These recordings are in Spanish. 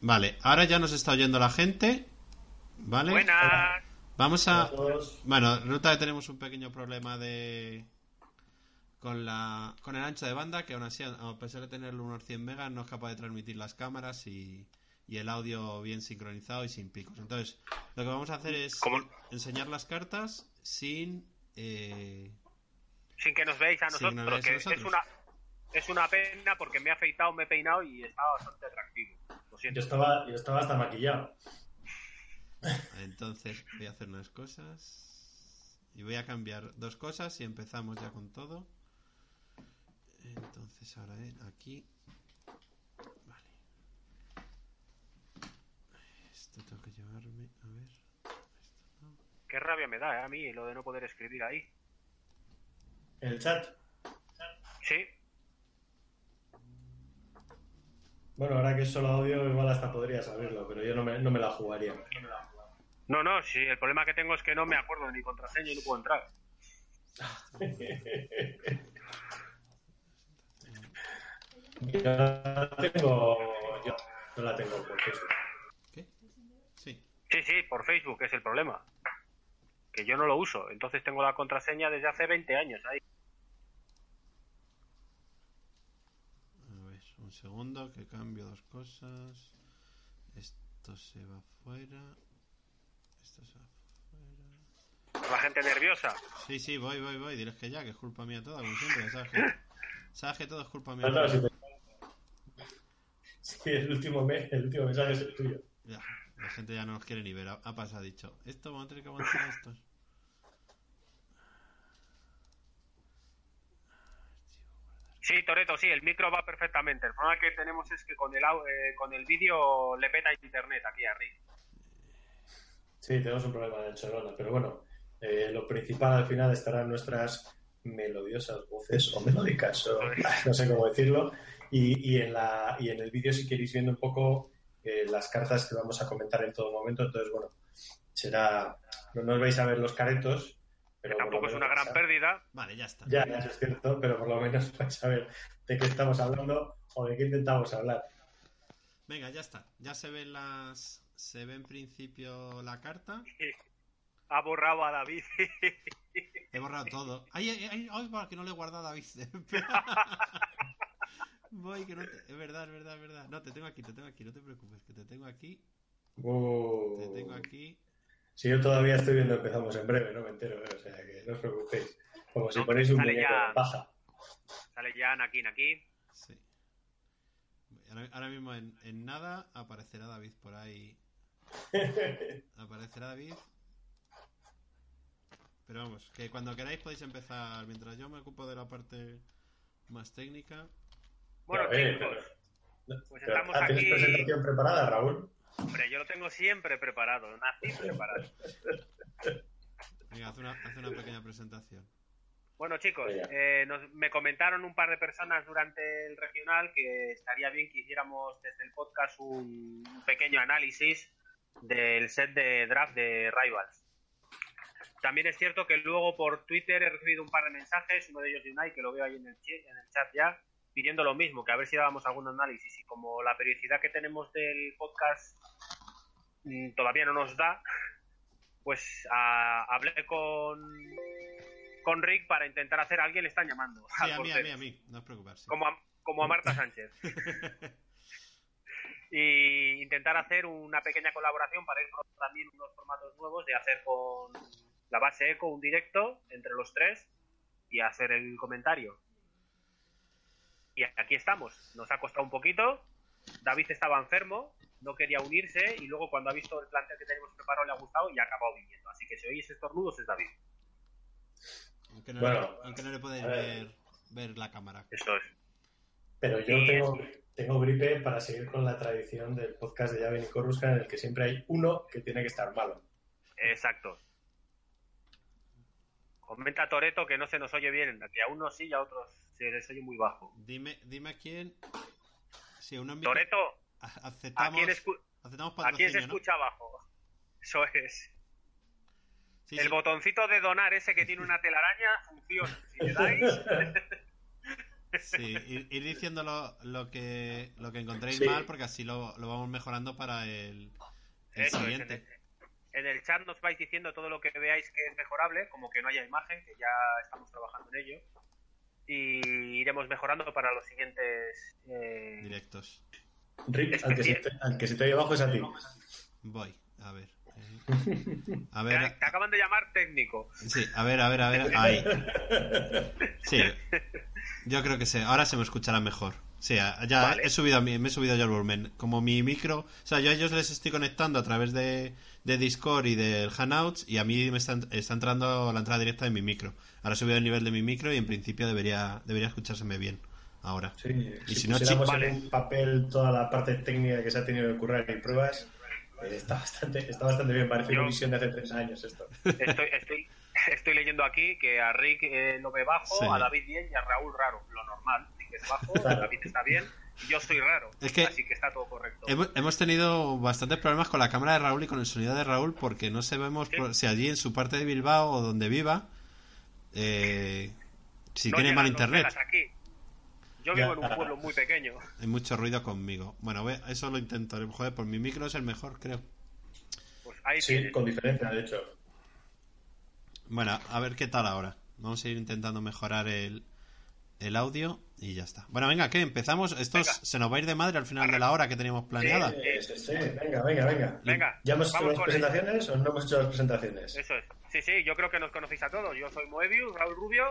Vale, ahora ya nos está oyendo la gente. ¿Vale? Buenas. Vamos a... Todos. Bueno, resulta que tenemos un pequeño problema con el ancho de banda, que aún así, a pesar de tener unos 100 megas, no es capaz de transmitir las cámaras y el audio bien sincronizado y sin picos. Entonces, lo que vamos a hacer es enseñar las cartas sin que nos veáis a sin que nos nosotros, veáis a que nosotros. es una pena porque me he afeitado, me he peinado y estaba bastante atractivo. Lo siento. Yo estaba hasta maquillado. Entonces voy a hacer unas cosas y voy a cambiar dos cosas y empezamos ya con todo. Entonces ahora aquí, vale, esto tengo que llevarme, a ver, esto no. Qué rabia me da a mí lo de no poder escribir ahí. ¿En el chat? Sí. Bueno, ahora que es solo audio, igual hasta podría saberlo, pero yo no me la jugaría. No, sí, el problema que tengo es que no me acuerdo de mi contraseña y no puedo entrar. Yo no la tengo por Facebook. ¿Qué? Sí. Sí, por Facebook es el problema. Que yo no lo uso, entonces tengo la contraseña desde hace 20 años ahí. A ver, un segundo que cambio dos cosas. Esto se va fuera. Esto se va fuera. La gente nerviosa. Sí, voy. Diréis que ya, que es culpa mía toda, como siempre. Sabes que todo es culpa mía. No, sí, el último mensaje es el tuyo. Ya, la gente ya no nos quiere ni ver. Ha pasado, ha dicho. Esto vamos a tener que aguantar estos. Sí, Toreto, sí, el micro va perfectamente. El problema que tenemos es que con el vídeo le peta internet aquí arriba. Sí, tenemos un problema de Barcelona, pero bueno, lo principal al final estarán nuestras melodiosas voces o melódicas, o, no sé cómo decirlo, y en el vídeo si queréis viendo un poco las cartas que vamos a comentar en todo momento, entonces bueno, no os vais a ver los caretos, pero tampoco es una gran pérdida. Vale, ya está. Ya, eso es cierto, pero por lo menos vais a ver de qué estamos hablando o de qué intentamos hablar. Venga, ya está. Ya se ve en principio la carta. Ha borrado a David. He borrado todo. Ay, que no le he guardado a David. Voy, que no te... Es verdad. No, te tengo aquí, no te preocupes, que te tengo aquí. Te tengo aquí. Si yo todavía estoy viendo Empezamos en Breve, no me entero, o sea que no os preocupéis. Como si ponéis un muñeco de paja. Sale ya Anakin aquí. Sí. Ahora mismo en nada aparecerá David por ahí. Aparecerá David. Pero vamos, que cuando queráis podéis empezar. Mientras yo me ocupo de la parte más técnica. Bueno, chicos, pues estamos aquí. ¿Tienes presentación preparada, Raúl? Hombre, yo lo tengo siempre preparado, nací preparado. Venga, haz una pequeña presentación. Bueno, chicos, me comentaron un par de personas durante el regional que estaría bien que hiciéramos desde el podcast un pequeño análisis del set de draft de Rivals. También es cierto que luego por Twitter he recibido un par de mensajes, uno de ellos de Unai, que lo veo ahí en el chat ya, pidiendo lo mismo, que a ver si dábamos algún análisis. Y como la periodicidad que tenemos del podcast todavía no nos da, pues hablé con Rick para intentar hacer. A alguien le están llamando. Sí, a mí, no os preocupéis. Sí. Como a Marta Sánchez. Y intentar hacer una pequeña colaboración para ir probando también unos formatos nuevos de hacer con la base eco un directo entre los tres y hacer el comentario. Y aquí estamos. Nos ha costado un poquito. David estaba enfermo, no quería unirse y luego cuando ha visto el plantel que tenemos preparado le ha gustado y ha acabado viniendo. Así que si oís estornudos es David. Aunque no le podéis ver la cámara. Eso es. Pero yo tengo gripe para seguir con la tradición del podcast de Javen y Coruscant en el que siempre hay uno que tiene que estar malo. Exacto. Comenta Toreto que no se nos oye bien, que a unos sí y a otros se les oye muy bajo. Dime a quién. Si Toreto, aceptamos ¿a quién se escucha abajo? Eso es. Sí, el botoncito de donar ese que tiene una telaraña funciona. Si le dais. Sí, ir diciendo lo que encontréis Sí. mal, porque así lo vamos mejorando para el Eso es, siguiente. en el chat nos vais diciendo todo lo que veáis que es mejorable, como que no haya imagen, que ya estamos trabajando en ello. Y iremos mejorando para los siguientes Directos. Rick, al que se te oye abajo es a ti. Voy, a ver. Te acaban de llamar técnico. Sí, a ver. Ahí. Sí, yo creo que ahora se me escuchará mejor. Sí, ya Vale. me he subido yo el volumen. Como mi micro, o sea, yo a ellos les estoy conectando a través de Discord y del Hangouts, y a mí me está entrando la entrada directa de mi micro. Ahora he subido el nivel de mi micro y en principio debería escuchárseme bien ahora. Sí, Y si no, pusiéramos vale. en un papel toda la parte técnica que se ha tenido que currar y pruebas, está bastante bien. Parece una visión de hace 30 años esto. Estoy leyendo aquí que a Rick lo ve bajo, Sí. a David bien y a Raúl raro. Lo normal, Rick es bajo, Claro. David está bien y yo soy raro. Es que así que está todo correcto. hemos tenido bastantes problemas con la cámara de Raúl y con el sonido de Raúl, porque no sabemos Sí. si allí en su parte de Bilbao o donde viva, si No tiene llegan mal los internet. megas aquí. Yo vivo en un pueblo muy pequeño. Hay mucho ruido conmigo. Bueno, eso lo intentaré. Joder, por mi micro es el mejor, creo. Pues ahí Sí, tienes. con diferencia, de hecho. Bueno, a ver qué tal ahora. Vamos a ir intentando mejorar el audio y ya está. Bueno, venga, ¿qué? ¿Empezamos? Esto se nos va a ir de madre al final de la hora que teníamos planeada. Sí, venga. Venga, ¿Ya hemos hecho vamos las con presentaciones o no hemos hecho las presentaciones? Eso es. Sí, yo creo que nos conocéis a todos. Yo soy Moebius, Raúl Rubio.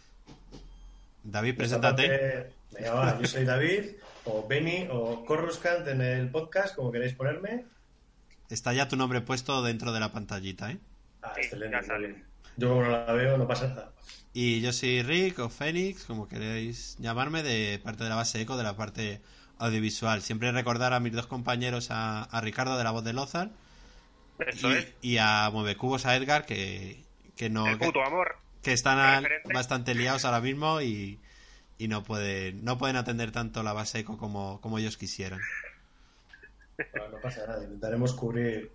David, Nuestra preséntate. parte- Venga, va, yo soy David, o Benny, o Coruscant en el podcast, como queréis ponerme. Está ya tu nombre puesto dentro de la pantallita, ¿eh? Sí, Excelente. ya muy sale. bien. Yo como no la veo, no pasa nada. Y yo soy Rick o Fénix, como queréis llamarme, de parte de la base eco, de la parte audiovisual. Siempre recordar a mis dos compañeros, a Ricardo de la voz de Lozar Eso es. y a Muevecubos, a Edgar, que no El puto amor. que están referente. bastante liados ahora mismo y no pueden atender tanto la base eco como ellos quisieran. Bueno, no pasa nada, intentaremos cubrir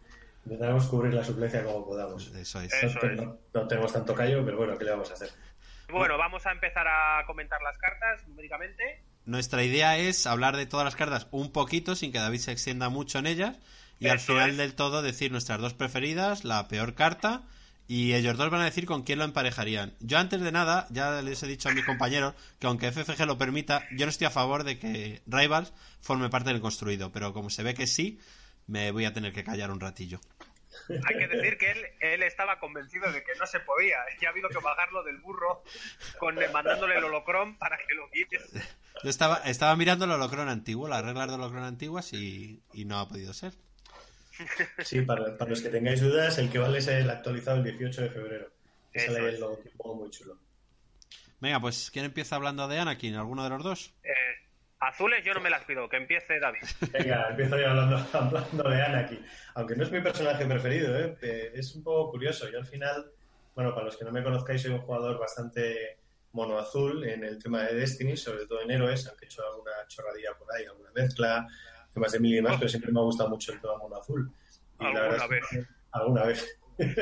la suplencia como podamos. Eso es. Eso es. No tenemos tanto callo, pero bueno, ¿qué le vamos a hacer? Bueno, vamos a empezar a comentar las cartas numéricamente. Nuestra idea es hablar de todas las cartas un poquito, sin que David se extienda mucho en ellas, y al Eso final es. del todo decir nuestras dos preferidas, la peor carta, y ellos dos van a decir con quién lo emparejarían. Yo antes de nada, ya les he dicho a mis compañeros que aunque FFG lo permita, yo no estoy a favor de que Rivals forme parte del construido, pero como se ve que sí, me voy a tener que callar un ratillo. Hay que decir que él estaba convencido de que no se podía. Y ha habido que bajarlo del burro mandándole el holocron para que lo quites. Yo estaba mirando el holocron antiguo, las reglas del holocron antiguas, y no ha podido ser. Sí, para los que tengáis dudas, el que vale es el actualizado el 18 de febrero. Que Eso sale es. el logotipo muy chulo. Venga, pues ¿quién empieza hablando de Anakin? ¿Alguno de los dos? Azules yo no me las pido, que empiece David. Venga, empiezo yo hablando de Anakin. Aunque no es mi personaje preferido, es un poco curioso. Yo al final, bueno, para los que no me conozcáis, soy un jugador bastante mono azul en el tema de Destiny, sobre todo en héroes, aunque he hecho alguna chorradilla por ahí, alguna mezcla, temas de mil y más, pero siempre me ha gustado mucho el tema mono azul. Y alguna vez.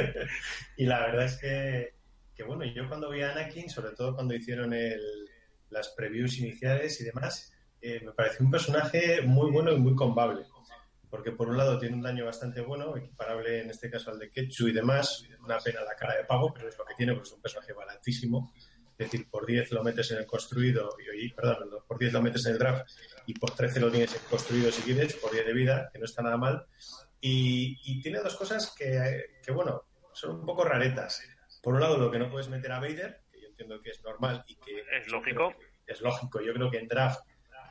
Y la verdad es que bueno, yo cuando vi a Anakin, sobre todo cuando hicieron las previews iniciales y demás, me pareció un personaje muy bueno y muy combable. Porque por un lado tiene un daño bastante bueno, equiparable en este caso al de Ketchu y demás, una pena la cara de pago, pero es lo que tiene, porque es un personaje baratísimo. Es decir, por 10 lo metes en el construido, por 10 lo metes en el draft y por 13 lo tienes en construido si quieres, por 10 de vida, que no está nada mal. Y tiene dos cosas que, bueno, son un poco raretas. Por un lado, lo que no puedes meter a Vader, que yo entiendo que es normal y que Es lógico. Es lógico. Yo creo que en draft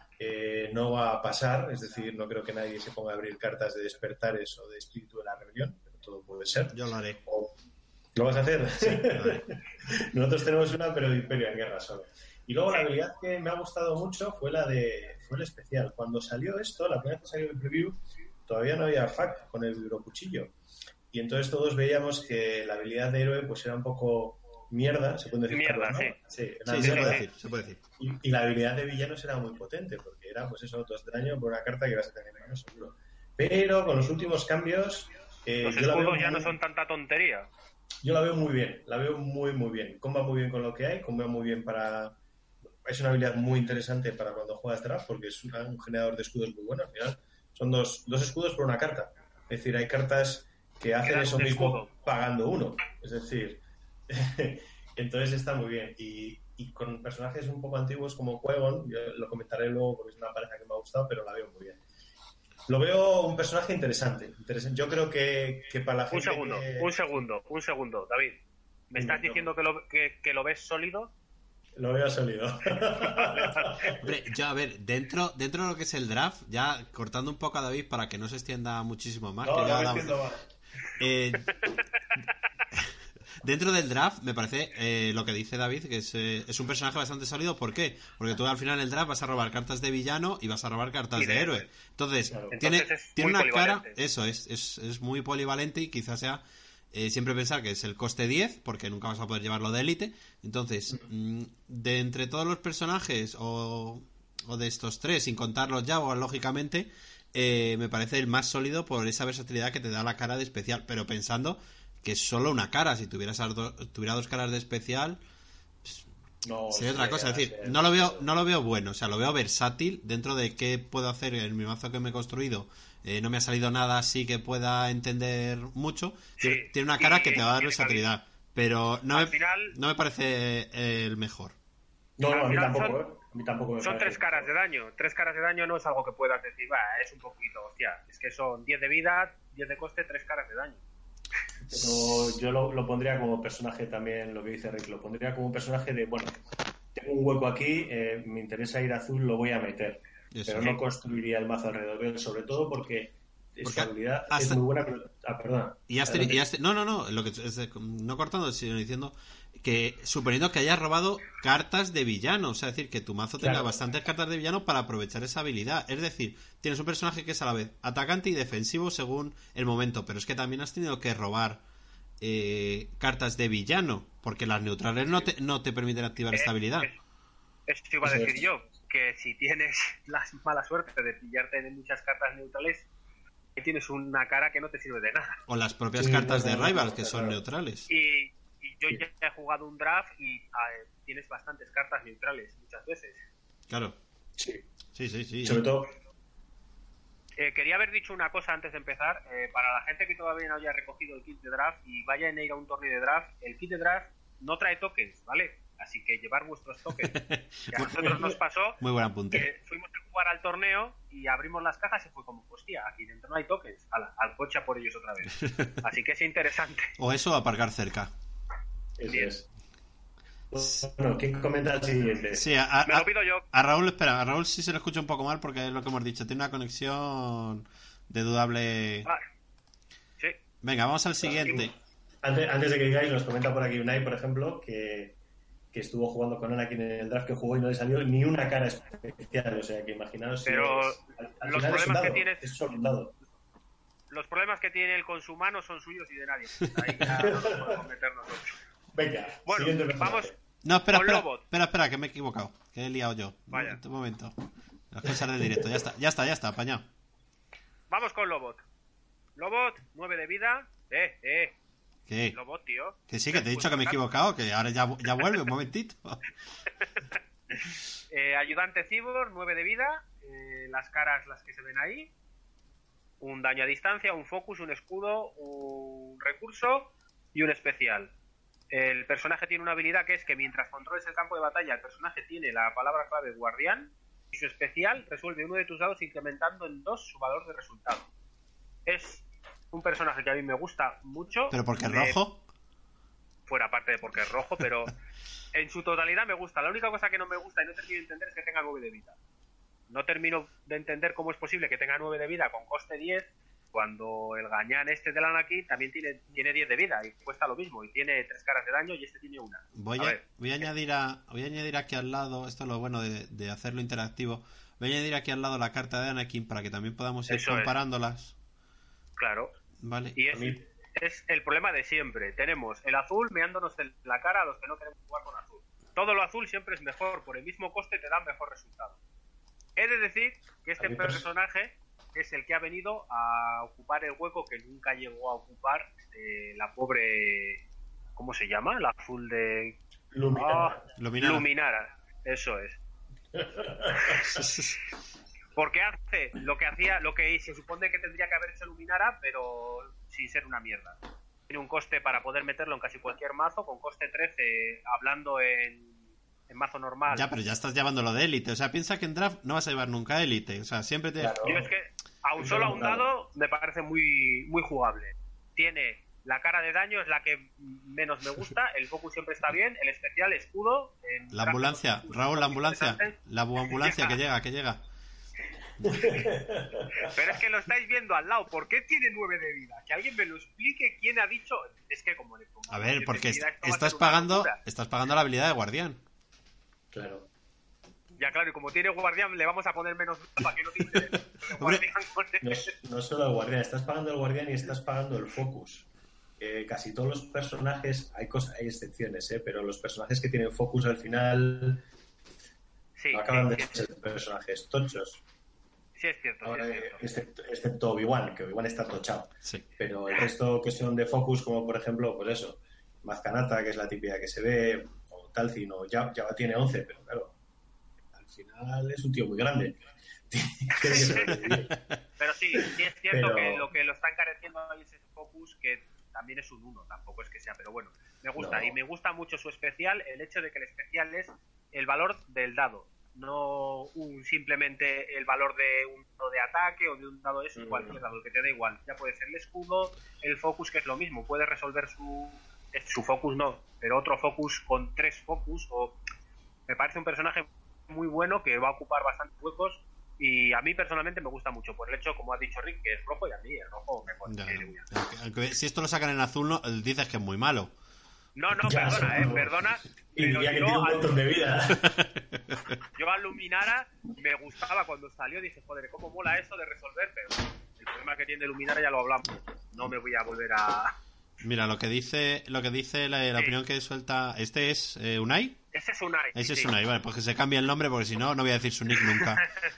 no va a pasar, es decir, no creo que nadie se ponga a abrir cartas de despertares o de espíritu de la rebelión, pero todo puede ser. Yo lo haré. ¿Lo vas a hacer? Sí, lo haré. Nosotros tenemos una, pero el Imperio en guerra solo. Y luego la habilidad que me ha gustado mucho fue el especial. Cuando salió esto, la primera vez que salió el preview, todavía no había FAQ con el vibrocuchillo. Y entonces todos veíamos que la habilidad de héroe pues era un poco mierda, se puede decir. Mierda, ¿no? sí. Sí, se puede decir. Y la habilidad de villanos era muy potente, porque era, pues eso, 2 de daño por una carta que vas a tener menos seguro. Pero con los últimos cambios... Los yo la veo escudos ya no son tanta tontería. Yo la veo muy bien, la veo muy, muy bien. Comba muy bien con lo que hay, comba muy bien para es una habilidad muy interesante para cuando juegas draft porque es un generador de escudos muy bueno. Al final son dos escudos por una carta. Es decir, hay cartas que hacen eso mismo escudo pagando uno. Es decir, entonces está muy bien. Y con personajes un poco antiguos como Qui-Gon, yo lo comentaré luego porque es una pareja que me ha gustado, pero la veo muy bien. Lo veo un personaje interesante. Yo creo que para la gente. Un segundo, David. ¿Me estás diciendo que lo ves sólido? Lo veo sólido. Hombre, yo a ver, dentro de lo que es el draft, ya cortando un poco a David para que no se extienda muchísimo más. No, que no me extiendo más. Dentro del draft, me parece lo que dice David, que es un personaje bastante sólido. ¿Por qué? Porque tú al final del draft vas a robar cartas de villano y vas a robar cartas de héroe. Entonces, claro. tiene una cara. Eso es muy polivalente y quizás sea. Siempre pensar que es el coste 10, porque nunca vas a poder llevarlo de élite. Entonces, de entre todos los personajes o de estos tres, sin contar los Jaguars, lógicamente, me parece el más sólido por esa versatilidad que te da la cara de especial. Pero pensando que es solo una cara, si tuviera dos caras de especial, no, sería otra cosa. Es decir, no lo veo bueno, o sea, lo veo versátil dentro de qué puedo hacer en mi mazo que me he construido. No me ha salido nada así que pueda entender mucho. Sí, tiene una cara que te va a dar versatilidad, pero no me parece el mejor. No, a mí tampoco, A mí tampoco me son parece. 3 caras de daño. 3 caras de daño no es algo que puedas decir, es un poquito, hostia. Es que son 10 de vida, 10 de coste, 3 caras de daño. Pero yo lo pondría como personaje también, lo que dice Rick, lo pondría como un personaje de, bueno, tengo un hueco aquí, me interesa ir azul, lo voy a meter. Eso, pero no construiría el mazo alrededor de él, sobre todo porque su habilidad es muy buena, pero... perdona. No, lo que no cortando, sino diciendo que suponiendo que hayas robado cartas de villano, o sea, decir que tu mazo tenga bastantes cartas de villano para aprovechar esa habilidad. Es decir, tienes un personaje que es a la vez atacante y defensivo según el momento, pero es que también has tenido que robar cartas de villano, porque las neutrales no te permiten activar esta habilidad. Eso iba a decir yo, que si tienes la mala suerte de pillarte en muchas cartas neutrales, tienes una cara que no te sirve de nada. O las propias cartas de Rivals, que son neutrales. Y yo ya he jugado un draft y tienes bastantes cartas neutrales muchas veces. Claro. Sí. Sobre todo... quería haber dicho una cosa antes de empezar. Para la gente que todavía no haya recogido el kit de draft y vayan a ir a un torneo de draft, el kit de draft no trae tokens, ¿vale? Así que llevar vuestros tokens. Que a nosotros nos pasó. Muy buen apunte. Que fuimos a jugar al torneo y abrimos las cajas y fue como, hostia, aquí dentro no hay tokens. Al coche a por ellos otra vez. Así que es interesante. O eso, aparcar cerca. Eso es. Bueno, ¿quién comenta el siguiente? Sí, me lo pido yo. A Raúl, espera, a Raúl sí se lo escucha un poco mal porque es lo que hemos dicho. Tiene una conexión de dudable. Sí. Venga, vamos al siguiente. Antes de que digáis, nos comenta por aquí Unai, por ejemplo, que estuvo jugando con Anakin en el draft que jugó y no le salió ni una cara especial. O sea, que imaginaos. Pero al los problemas que tienes. Es solo un dado. Los problemas que tiene él con su mano son suyos y de nadie. Ahí ya no nos podemos meter nosotros. Venga, bueno, vamos. No, espera, que me he equivocado. Que he liado yo. Vaya. Un momento. Las cosas del directo. Ya está, apañado. Vamos con Lobot. Lobot, 9 de vida. ¿Qué? Lobot, tío. Que sí, que te he dicho que me he equivocado, que ahora ya vuelve, un momentito. Ayudante Cibor, 9 de vida. Las caras, las que se ven ahí. Un daño a distancia, un focus, un escudo, un recurso y un especial. El personaje tiene una habilidad que es que mientras controles el campo de batalla, el personaje tiene la palabra clave guardián y su especial resuelve uno de tus dados incrementando en 2 su valor de resultado. Es un personaje que a mí me gusta mucho. ¿Pero porque es rojo? Fuera parte de porque es rojo, pero en su totalidad me gusta. La única cosa que no me gusta y no termino de entender es que tenga 9 de vida. No termino de entender cómo es posible que tenga 9 de vida con coste 10 cuando el gañán este del Anakin también tiene 10 de vida y cuesta lo mismo y tiene 3 caras de daño y este tiene una. Voy a añadir aquí al lado, esto es lo bueno de hacerlo interactivo, voy a añadir aquí al lado la carta de Anakin para que también podamos ir comparándolas. Claro. Vale. Y es el problema de siempre. Tenemos el azul meándonos en la cara a los que no queremos jugar con azul. Todo lo azul siempre es mejor, por el mismo coste te da mejor resultado. He de decir que este personaje es el que ha venido a ocupar el hueco que nunca llegó a ocupar la pobre... ¿Cómo se llama? La azul de... Luminara. Eso es. Porque hace lo que se supone que tendría que haber hecho Luminara, pero sin ser una mierda. Tiene un coste para poder meterlo en casi cualquier mazo, con coste 13, hablando en mazo normal. Ya, pero ya estás llevándolo de élite. O sea, piensa que en draft no vas a llevar nunca élite. O sea, siempre te... Claro. Yo es que solo a un dado me parece muy, muy jugable. Tiene la cara de daño, es la que menos me gusta. El focus siempre está bien. El especial, escudo. La ambulancia, Raúl, la ambulancia. La ambulancia que llega. Pero es que lo estáis viendo al lado. ¿Por qué tiene 9 de vida? Que alguien me lo explique. ¿Quién ha dicho? Es que como le pongo... A ver, porque vida, estás pagando la habilidad de guardián. Claro. Ya, claro, y como tiene guardián, le vamos a poner menos para que no te interese. No solo el guardián, estás pagando el guardián y estás pagando el focus. Casi todos los personajes, hay excepciones, pero los personajes que tienen focus al final no acaban de ser personajes tochos. Sí, es cierto. Ahora, sí es cierto. excepto Obi-Wan, que Obi-Wan está tochado. Sí. Pero el resto que son de focus, como por ejemplo, pues eso, Mazkanata, que es la típica que se ve, o Talcin, o Java tiene 11, pero claro, al final es un tío muy grande. Pero sí es cierto que lo que lo está encareciendo ahí es el focus, que también es un 1, tampoco es que sea, pero bueno, me gusta. No. Y me gusta mucho su especial, el hecho de que el especial es el valor del dado, no simplemente el valor de un dado de ataque o de un dado de cualquier dado, que te da igual. Ya puede ser el escudo, el focus, que es lo mismo, puede resolver su focus, no, pero otro focus con 3 focus. O me parece un personaje muy bueno que va a ocupar bastantes huecos. Y a mí personalmente me gusta mucho por el hecho, como ha dicho Rick, que es rojo, y a mí el rojo me pone. Si esto lo sacan en azul, no, dices que es muy malo. No, perdona. Y diría que tiene un montón de vida. Yo a Luminara me gustaba cuando salió, dije, joder, cómo mola esto de resolver, pero el problema que tiene Luminara ya lo hablamos. No me voy a volver a... Mira, lo que dice la opinión que suelta... ¿Este es Unai? Ese es Unai. Ese es Unai, vale, pues que se cambie el nombre, porque si no, no voy a decir su nick nunca.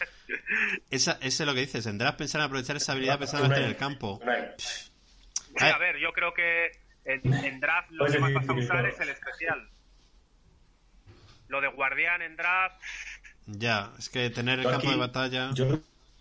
Ese es lo que dices, tendrás pensar en aprovechar esa habilidad pensando en el campo. Sí, a ver, yo creo que en draft lo que más vas a usar es el especial. Lo de guardián en draft... Ya, es que tener el campo de batalla... Yo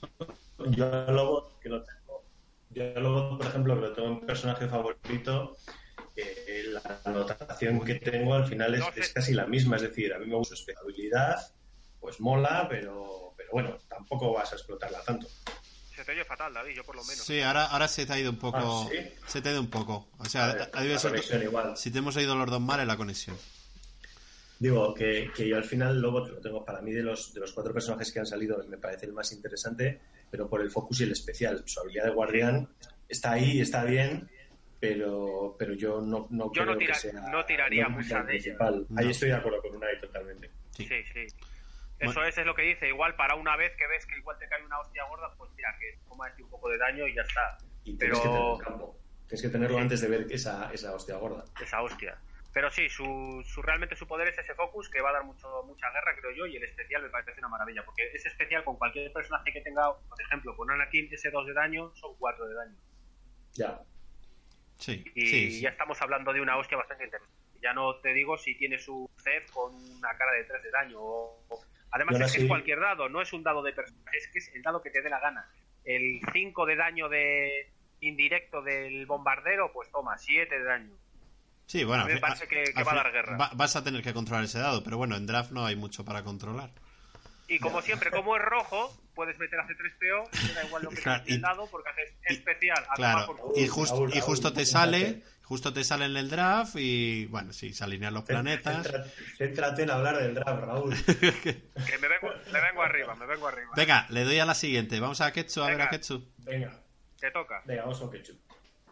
luego, que lo tengo. Yo luego, por ejemplo, que lo tengo en personaje favorito, la anotación que tengo al final es casi la misma. Es decir, a mí me gusta su habilidad, pues mola, pero bueno, tampoco vas a explotarla tanto. Se te oye fatal, David, yo por lo menos. Sí, ahora se te ha ido un poco. ¿Sí? Se te ha ido un poco. O sea, igual. Si te hemos oído los dos mal en la conexión. Digo que yo al final luego lo tengo, para mí de los 4 personajes que han salido me parece el más interesante, pero por el focus y el especial. Su habilidad de guardián está ahí, está bien, pero yo no creo que sea... No tiraría mucha de ella. Ahí estoy de acuerdo con Unai totalmente. Sí. Eso es lo que dice. Igual para una vez que ves que igual te cae una hostia gorda, pues mira, que coma un poco de daño y ya está. Y tienes que tenerlo en campo. Tienes que tenerlo antes de ver esa hostia gorda. Esa hostia. Pero sí, realmente su poder es ese focus, que va a dar mucha guerra, creo yo, y el especial me parece una maravilla, porque ese especial con cualquier personaje que tenga, por ejemplo, con Anakin, ese 2 de daño, son 4 de daño. Ya. Sí. Ya estamos hablando de una hostia bastante interesante. Ya no te digo si tiene su Zed con una cara de 3 de daño. Además es que es cualquier dado, no es un dado de personaje, es que es el dado que te dé la gana. El 5 de daño de indirecto del bombardero, pues toma, 7 de daño. Sí, bueno, me parece que va a dar guerra. Vas a tener que controlar ese dado, pero bueno, en draft no hay mucho para controlar. Y como siempre, como es rojo, puedes meter a C3PO y te da igual lo que te el dado, porque haces especial. Claro, y justo te sale en el draft y, bueno, sí, se alinean los planetas. Céntrate en hablar del draft, Raúl. Que me vengo arriba. Venga, le doy a la siguiente. Vamos a Ketchu, ver a Ketchu. Venga. Te toca. Venga, vamos con Ketchu.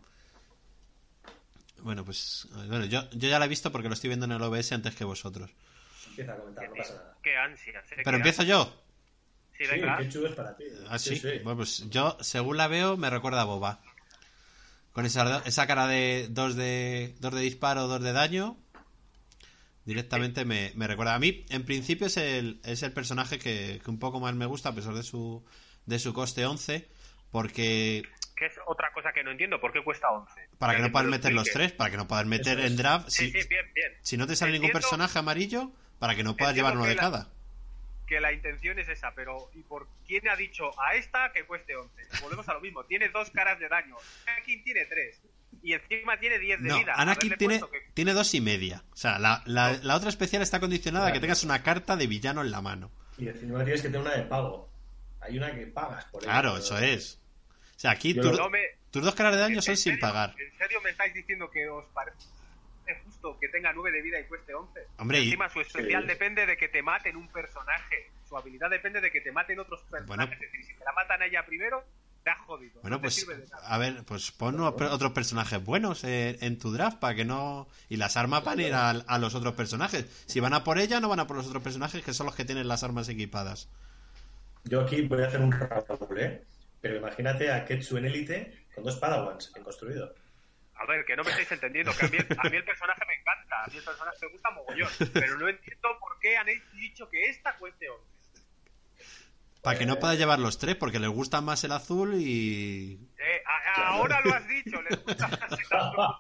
Bueno, pues yo ya la he visto porque lo estoy viendo en el OBS antes que vosotros. Empieza a comentar, no pasa nada. Qué ansia. ¿Pero empiezo yo? Sí, venga. Sí, Ketchu es para ti. ¿Ah, sí? Bueno, pues yo, según la veo, me recuerda a Boba. Con esa cara de 2 de disparo, 2 de daño. Directamente me recuerda. A mí, en principio, es el personaje que un poco más me gusta, a pesar de su coste 11. Porque... Que es otra cosa que no entiendo, ¿por qué cuesta 11? Para que no puedas meter los 3, para que no puedas meter en draft. Sí, bien. Si no te sale ningún personaje amarillo, para que no puedas llevar uno de cada. Que la intención es esa, pero ¿y por quién ha dicho a esta que cueste 11? Volvemos a lo mismo, tiene 2 caras de daño, Anakin tiene 3 y encima tiene 10 de vida. Anakin tiene 2,5. O sea, la otra especial está condicionada a que tengas una carta de villano en la mano. Y encima tienes que tener una de pago. Hay una que pagas por ella. Claro, eso es. O sea, aquí tus 2 caras de daño son sin pagar. ¿En serio me estáis diciendo que os parece justo que tenga 9 de vida y cueste 11? Hombre, encima su especial depende de que te maten un personaje. Su habilidad depende de que te maten otros personajes. Bueno, es decir, si te la matan a ella primero, te has jodido. Bueno, pues a ver, pues pon otros personajes buenos en tu draft para que no... Y las armas van a ir a los otros personajes. Si van a por ella, no van a por los otros personajes, que son los que tienen las armas equipadas. Yo aquí voy a hacer un Raúl, pero imagínate a Ketsu en élite con 2 Padawans en construido. A ver, que no me estáis entendiendo, que a mí el personaje me encanta, a mí el personaje me gusta mogollón, pero no entiendo por qué han dicho que esta cueste 11. Para que no puedas llevar los 3, porque les gusta más el azul y... Ahora lo has dicho, les gusta más el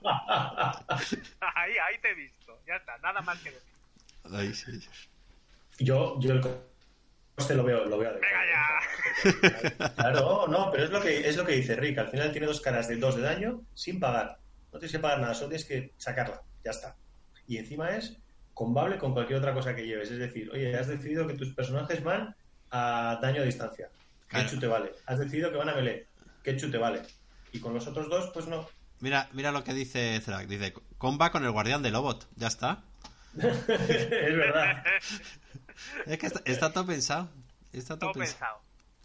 azul. Ahí te he visto, ya está, nada más que decir. Ay, sí. Yo el coste lo veo adecuado. ¡Venga ya! Claro, no, pero es lo que dice Rick. Al final tiene 2 caras de 2 de daño sin pagar. No tienes que pagar nada, solo tienes que sacarla. Ya está. Y encima es combable con cualquier otra cosa que lleves. Es decir, oye, has decidido que tus personajes van a daño a distancia. Ketchu te vale. Has decidido que van a melee. Ketchu te vale. Y con los otros 2, pues no. Mira lo que dice Zrak. Dice, comba con el guardián de Lobot. Ya está. Es verdad. Es que está todo pensado. Está todo pensado.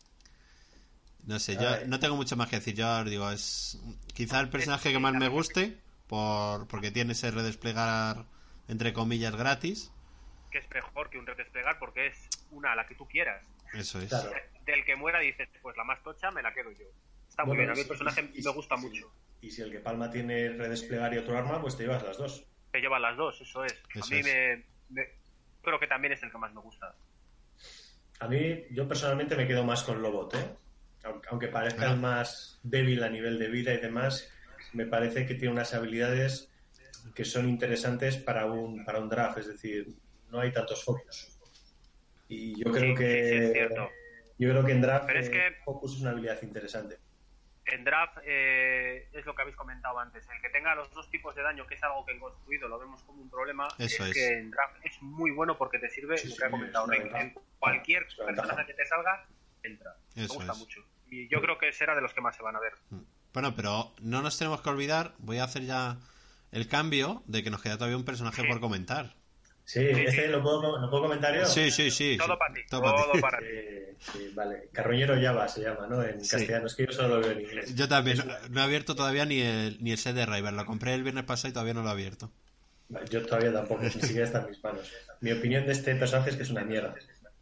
No sé, yo no tengo mucho más que decir. Yo os digo, es quizá el personaje que más me guste porque tiene ese redesplegar entre comillas gratis. Que es mejor que un redesplegar porque es una a la que tú quieras. Eso es. Claro. Del que muera dices, pues la más tocha me la quedo yo. Está muy bien, a mí el personaje me gusta mucho. Y si el que palma tiene redesplegar y otro arma, pues te llevas las 2. Te llevas las 2, eso es. A mí creo que también es el que más me gusta. A mí, yo personalmente me quedo más con Lobot, aunque parezca el más débil a nivel de vida y demás, me parece que tiene unas habilidades que son interesantes para un draft, es decir, no hay tantos focus. Y yo creo es cierto. Yo creo que en draft pero es que focus es una habilidad interesante. En draft es lo que habéis comentado antes, el que tenga los 2 tipos de daño, que es algo que en construido lo vemos como un problema. Eso es que en draft es muy bueno porque te sirve lo que ha comentado Rick. En cualquier personaje que te salga, entra. Me gusta mucho. Y yo creo que será de los que más se van a ver. Bueno, pero no nos tenemos que olvidar, voy a hacer ya el cambio de que nos queda todavía un personaje por comentar. Sí, ¿lo puedo comentar yo? Sí. Todo para ti. Todo para ti. Sí, vale. Carroñero Java se llama, ¿no? En castellano, es que yo solo lo veo en inglés. Yo también, no he abierto todavía ni el set de River, lo compré el viernes pasado y todavía no lo he abierto. Yo todavía tampoco, ni siquiera está en mis manos. Mi opinión de este personaje es que es una mierda.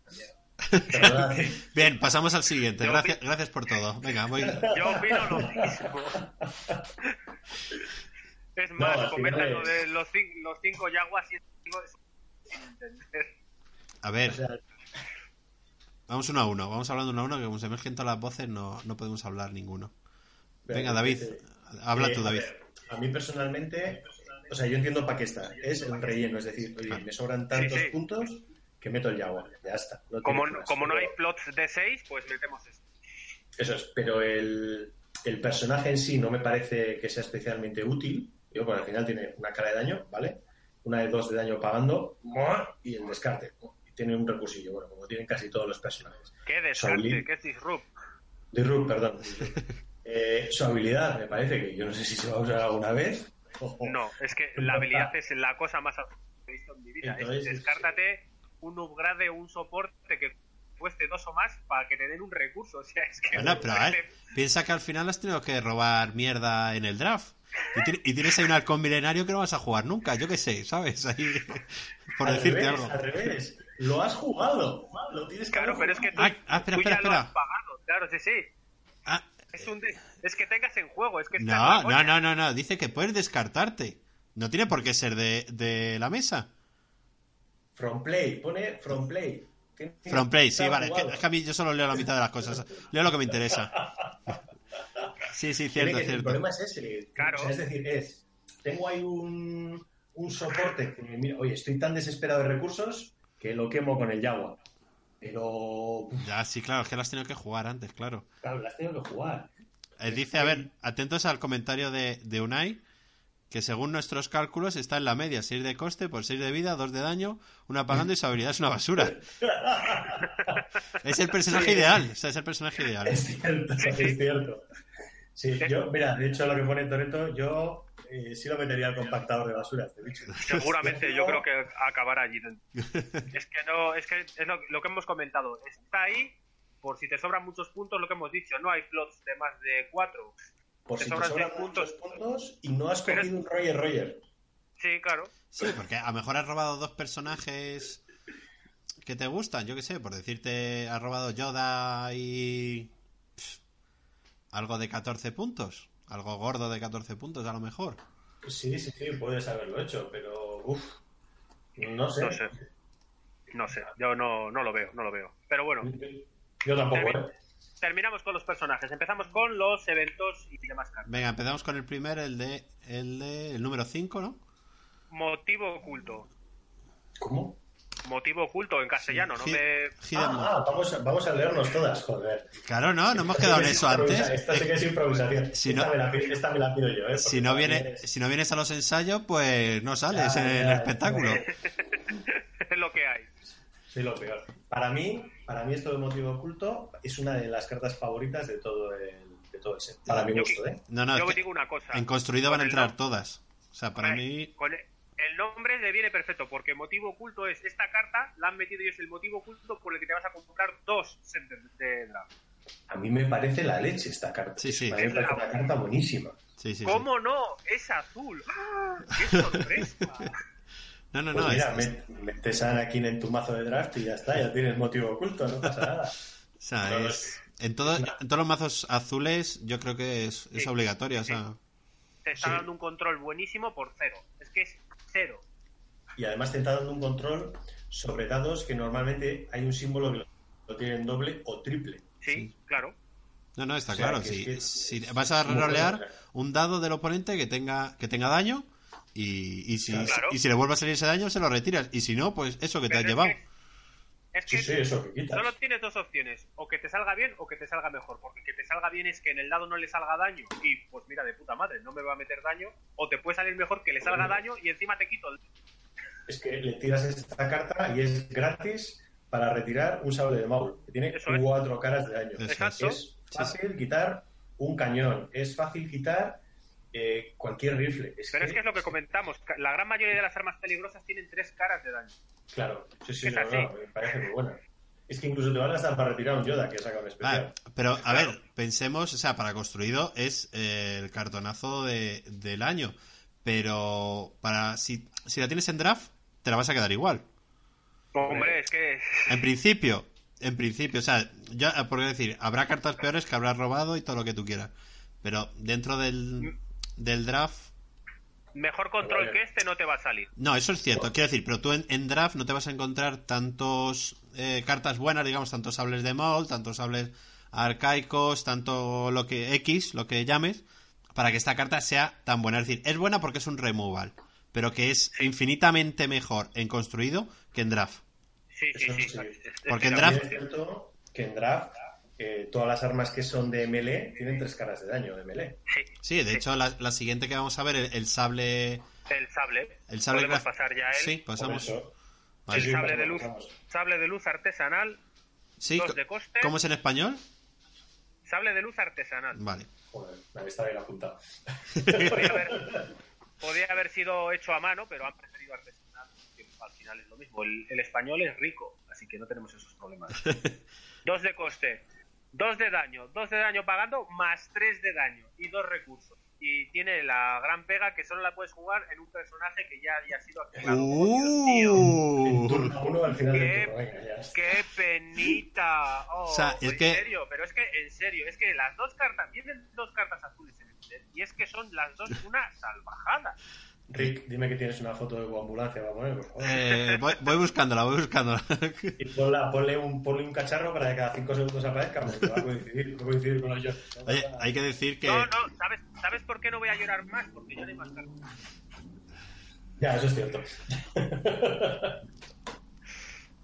Bien, pasamos al siguiente. Gracias por todo. Venga, voy. Yo opino lo mismo. Es más, comentan lo de los 5 Jaguars y sin entender. A ver, vamos 1 a 1. Vamos hablando 1 a 1, que como se mezclen todas las voces no podemos hablar ninguno. Venga, David, habla tú, David. A mí personalmente, o sea, yo entiendo para qué está. Es el relleno, es decir, oye, me sobran tantos puntos que meto el Jaguar. Ya está. Como no hay plots de 6, pues metemos esto. Eso es, pero el personaje en sí no me parece que sea especialmente útil. Yo, porque al final tiene una cara de daño, ¿vale? Una de 2 de daño pagando y el descarte. Y tiene un recursillo, bueno, como tienen casi todos los personajes. ¿Qué descarte? ¿Qué es disrupt? Disrupt, perdón. Su habilidad me parece que yo no sé si se va a usar alguna vez. No, es que la habilidad es la cosa más que he visto en mi vida. Entonces, descártate un upgrade o un soporte que cueste 2 o más para que te den un recurso. O sea, es que... Bueno, pero a ver, piensa que al final has tenido que robar mierda en el draft. Y tienes ahí un halcón milenario que no vas a jugar nunca, yo qué sé, ¿sabes? Ahí, por decirte algo. Al revés, lo has jugado, lo tienes que claro, pero es que tú, espera. Lo has pagado, claro, sí. Es que tengas en juego, es que no, dice que puedes descartarte. No tiene por qué ser de la mesa. From play, pone from play. From play, sí, vale, es que a mí yo solo leo la mitad de las cosas, leo lo que me interesa. Sí, cierto. El problema es ese. Claro. O sea, es decir, tengo ahí un soporte que, mira, oye, estoy tan desesperado de recursos que lo quemo con el Jaguar. Pero... Ya, sí, claro, es que las has tenido que jugar antes, claro. Claro, las tengo que jugar. Dice, a ver, atentos al comentario de Unai, que según nuestros cálculos está en la media, 6 de coste por 6 de vida, 2 de daño, 1 apagando y su habilidad es una basura. Es el personaje ideal, o sea, es el personaje ideal. Es cierto, es cierto. Sí, yo, mira, de hecho lo que pone Toretto, yo sí lo metería al compactador de basura, este bicho. Seguramente, yo creo que acabará allí dentro. Es que no, es lo que hemos comentado. Está ahí, por si te sobran muchos puntos, lo que hemos dicho, no hay plots de más de 4. Por si te sobran muchos puntos y no has cogido un Roger. Sí, claro. Sí, porque a lo mejor has robado 2 personajes que te gustan, yo qué sé, por decirte, has robado Yoda y... algo de 14 puntos, algo gordo de 14 puntos a lo mejor. Sí, puedes haberlo hecho, pero no sé. No sé, yo no lo veo. Pero bueno. Yo tampoco, Terminamos con los personajes. Empezamos con los eventos y demás cartas. Venga, empezamos con el primero, el número 5, ¿no? Motivo oculto. ¿Cómo? Motivo oculto en castellano, sí, no vamos a leernos todas, joder. Claro, no hemos quedado en eso antes. Esta sí que es improvisación. Esta me la pido yo, Si no vienes a los ensayos, pues no sales en el espectáculo. Es lo que hay. Sí, lo peor. Para mí esto de motivo oculto es una de las cartas favoritas de todo el set. Para mi gusto, No, yo digo una cosa. En construido van a entrar todas. O sea, para mí... Con el nombre le viene perfecto, porque motivo oculto es esta carta, la han metido y es el motivo oculto por el que te vas a comprar 2 sets de draft. A mí me parece la leche esta carta. Sí. Me parece una carta buenísima. Sí. ¿Cómo no? Es azul. ¡Ah! ¡Qué sorpresa! No. Pues mira, metes a Anakin en tu mazo de draft y ya está, ya tienes motivo oculto, no pasa nada. O sea, en todos los mazos azules yo creo que es obligatorio, o sea... Te está dando un control buenísimo por 0. Es que es 0. Y además te está dando un control sobre dados que normalmente hay un símbolo que lo tienen doble o triple. Sí, claro. No, está claro. Si vas a rolear un dado del oponente que tenga daño y si le vuelve a salir ese daño se lo retiras. Y si no, pues eso que te has llevado. Es que eso que quitas. Solo tienes 2 opciones, o que te salga bien o que te salga mejor, porque que te salga bien es que en el dado no le salga daño y pues mira, de puta madre, no me va a meter daño, o te puede salir mejor que le salga daño y encima te quito el... Es que le tiras esta carta y es gratis para retirar un sable de Maul, que tiene 4 caras de daño. Exacto. Es fácil quitar un cañón, es fácil quitar cualquier rifle. Es que es lo que comentamos, la gran mayoría de las armas peligrosas tienen 3 caras de daño. Claro, me parece muy buena. Es que incluso te van a estar para retirar un Yoda que saca un especial. Pero, a ver, pensemos, o sea, para construido es el cartonazo del año. Pero si la tienes en draft, te la vas a quedar igual. Hombre, es que... En principio, o sea, ya, por decir, habrá cartas peores que habrás robado y todo lo que tú quieras. Pero dentro del draft... Mejor control que este no te va a salir. No, eso es cierto. Quiero decir, pero tú en draft no te vas a encontrar tantos cartas buenas, digamos, tantos sables de Maul, tantos sables arcaicos, tanto lo que llames, para que esta carta sea tan buena. Es decir, es buena porque es un removal, pero que es infinitamente mejor en construido que en draft. Sí. Porque en draft... Es cierto que en draft todas las armas que son de melee tienen 3 caras de daño de melee. Sí, de hecho la siguiente que vamos a ver, el sable... El sable podemos pasar ya a él. Sí, pasamos. Vale. El sable de luz artesanal. Sí, 2 de coste. ¿Cómo es en español? Sable de luz artesanal. Vale. Joder, me está bien apuntado. Podría haber sido hecho a mano, pero han preferido artesanal, que al final es lo mismo. El español es rico, así que no tenemos esos problemas. 2 de coste, 2 de daño pagando, más 3 de daño y 2 recursos. Y tiene la gran pega que solo la puedes jugar en un personaje que ya haya sido activado. En turno 1 al final del turno. Venga, ya está. ¡Qué penita! O sea, en serio, es que las 2 cartas, vienen 2 cartas azules en el set, y es que son las 2 una salvajada. Rick, dime que tienes una foto de tu ambulancia para poner, por favor. Voy buscándola. Y ponle un cacharro para que cada 5 segundos aparezca, porque va a coincidir con los Jones. Oye, hay que decir que... No, ¿sabes por qué no voy a llorar más? Porque lloré más cartas. Ya, eso es cierto.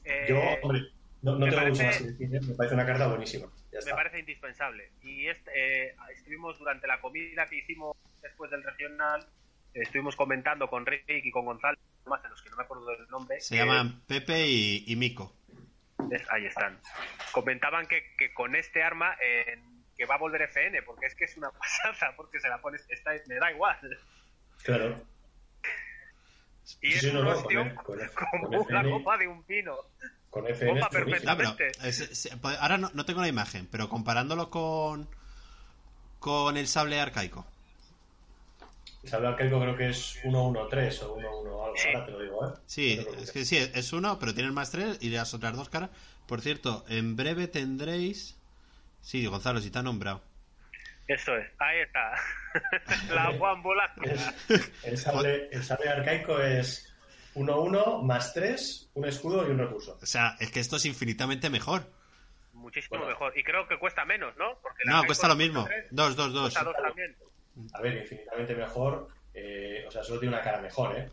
Yo, hombre, no tengo parece, mucho más que decir, me parece una carta buenísima. Me parece indispensable. Y estuvimos durante la comida que hicimos después del regional, estuvimos comentando con Rick y con Gonzalo, más de los que no me acuerdo del nombre. Se llaman Pepe y Mico. Ahí están. Comentaban que con este arma que va a volver FN, porque es que es una pasada, porque se la pones, me da igual. Claro. Y es un ostión como una copa de un pino. Con FN Bomba perfectamente. Ahora no tengo la imagen, pero comparándolo con el sable arcaico. El sable arcaico creo que es 1-1-3 o 1-1 algo, sí. Ahora te lo digo, ¿eh? Sí, es que sí, es uno, pero tiene el más 3 y las otras dos caras. Por cierto, en breve tendréis... Sí, Gonzalo, si te ha nombrado. Eso es, ahí está. La ambulancia. El sable arcaico es 1-1 más 3, un escudo y un recurso. O sea, es que esto es infinitamente mejor. Muchísimo mejor. Y creo que cuesta menos, ¿no? Porque no, cuesta lo mismo. 2. Cuesta 2 también. A ver, infinitamente mejor. O sea, solo tiene una cara mejor, ¿eh?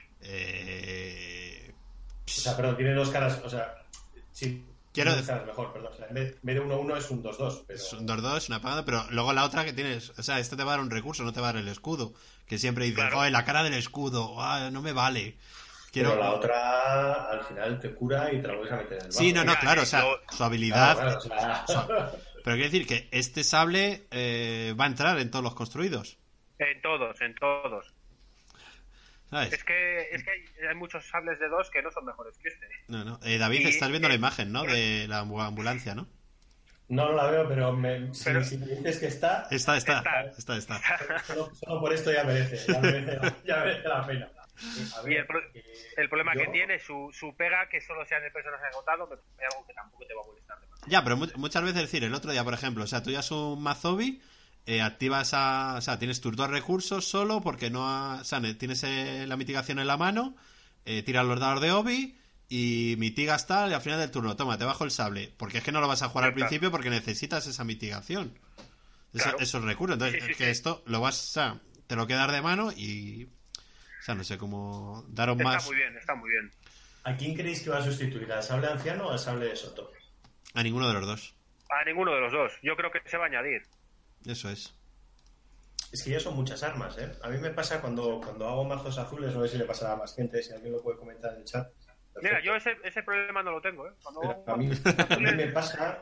O sea, perdón, tiene dos caras. O sea, sí. Quiero dos caras mejor, perdón. O sea, en vez de 1-1 es un 2-2. Pero... Es un 2-2, una pagada, pero luego la otra que tienes. O sea, este te va a dar un recurso, no te va a dar el escudo. Que siempre dices, claro. Joder, la cara del escudo, no me vale. Pero la otra al final te cura y te la vuelves a meter en el banco. Sí, no, claro, o sea, su habilidad. Claro, o sea... Pero quiero decir que este sable va a entrar en todos los construidos. En todos. ¿Sabes? Es que hay muchos sables de 2 que no son mejores que este. No. David, estás viendo la imagen, ¿no? De la ambulancia, ¿no? No la veo, pero si me dices que está... Está. Solo por esto ya merece la pena. Ver, y el problema que tiene, su pega, que solo sean de personaje agotado, es algo que tampoco te va a molestar demasiado. Ya, pero muchas veces decir, el otro día, por ejemplo, o sea, tú ya es un Mazobi, activas o sea, tienes tus 2 recursos solo porque o sea, tienes la mitigación en la mano, tiras los dados de Obi y mitigas tal y al final del turno, toma, te bajo el sable, porque es que no lo vas a jugar al principio porque necesitas esa mitigación. Claro. Esos recursos, entonces es que esto lo vas, o sea, te lo quedas de mano y... O sea, no sé cómo daros más... Está muy bien. ¿A quién creéis que va a sustituir? ¿Al sable anciano o al sable de Soto? A ninguno de los dos. A ninguno de los dos. Yo creo que se va a añadir. Eso es. Es que ya son muchas armas, ¿eh? A mí me pasa cuando hago mazos azules, no sé si le pasará a más gente, si alguien lo puede comentar en el chat. Perfecto. Mira, yo ese problema no lo tengo, ¿eh? A mí me pasa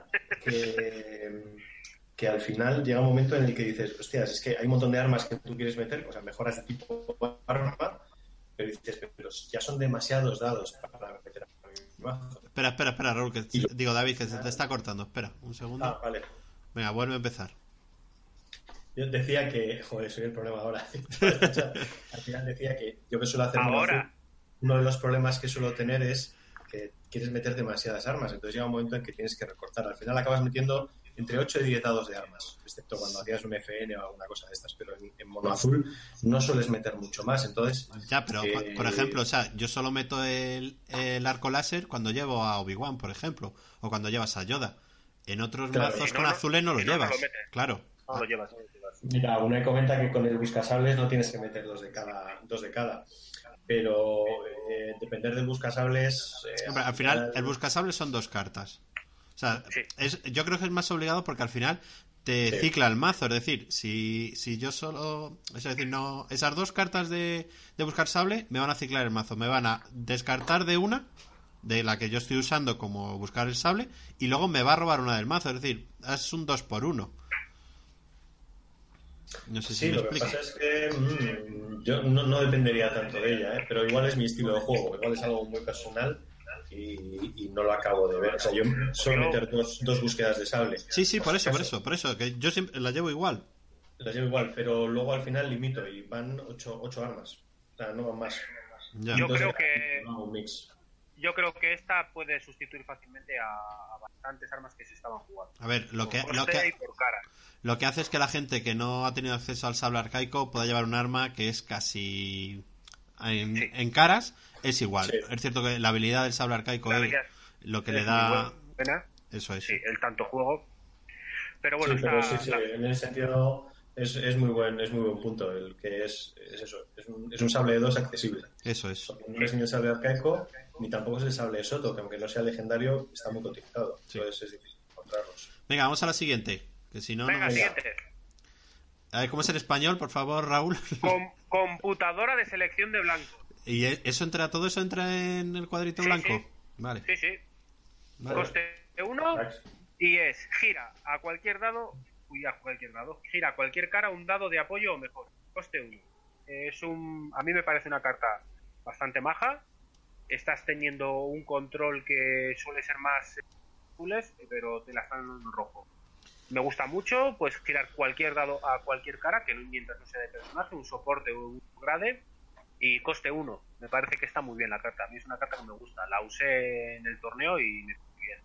que al final llega un momento en el que dices, hostias, es que hay un montón de armas que tú quieres meter, o sea, mejoras de tipo arma, pero dices, pero ya son demasiados dados para meter a mi mazo. Espera, Raúl, digo, David, que se te está cortando. Espera, un segundo. Vale. Venga, vuelve a empezar. Yo decía que, joder, soy el problema ahora. Al final decía que yo que suelo hacer uno de los problemas que suelo tener es que quieres meter demasiadas armas, entonces llega un momento en que tienes que recortar. Al final acabas metiendo entre 8 y 10 dados de armas, excepto cuando hacías un FN o alguna cosa de estas, pero en mono azul no sueles meter mucho más, entonces... Ya, pero por ejemplo, o sea, yo solo meto el arco láser cuando llevo a Obi-Wan, por ejemplo, o cuando llevas a Yoda. En otros mazos con azules no lo llevas, claro. No lo llevas. Mira, uno comenta que con el buscasables no tienes que meter dos de cada. Pero depender del buscasables... Hombre, al final el buscasables son 2 cartas. O sea, yo creo que es más obligado porque al final te cicla el mazo. Es decir, si yo solo... Es decir, no esas 2 cartas de buscar sable me van a ciclar el mazo. Me van a descartar de una, de la que yo estoy usando como buscar el sable, y luego me va a robar una del mazo. Es decir, es un 2x1. No sé si me explico. Lo que pasa es que yo no dependería tanto de ella, pero igual es mi estilo de juego. Igual es algo muy personal. Y no lo acabo de ver. O sea, yo suelo meter dos búsquedas de sable. Sí, por eso, que yo siempre la llevo igual. Las llevo igual, pero luego al final limito y van 8 armas. O sea, no van más. Ya. Yo creo que esta puede sustituir fácilmente a bastantes armas que se estaban jugando. A ver, lo que hace es que la gente que no ha tenido acceso al sable arcaico pueda llevar un arma que es casi en caras. Es igual. Sí. Es cierto que la habilidad del sable arcaico es lo que le da... Buena. Eso es. Sí, el tanto juego. Pero bueno, en ese sentido es muy buen punto. El que es eso. Es un sable de 2 accesible. Eso es. No es ni el sable arcaico ni tampoco es el sable de Soto, que aunque no sea legendario, está muy cotizado. Sí. Entonces es difícil encontrarlos. Venga, vamos a la siguiente. Que si no, Venga, no... siguiente. A ver, ¿cómo es en español, por favor, Raúl? Computadora de selección de blanco. ¿Y eso entra, todo eso entra en el cuadrito Sí, blanco? sí. Vale. Sí. Vale. Coste 1 Max. y es gira a cualquier dado. Gira a cualquier cara un dado de apoyo o mejor. Coste 1. A mí me parece una carta bastante maja. Estás teniendo un control que suele ser más azules, pero te la están dando en rojo. Me gusta mucho, pues girar cualquier dado a cualquier cara, que no mientras no sea de personaje, un soporte o un grade, y coste 1. Me parece que está muy bien la carta. A mí es una carta que me gusta. La usé en el torneo y me fue bien.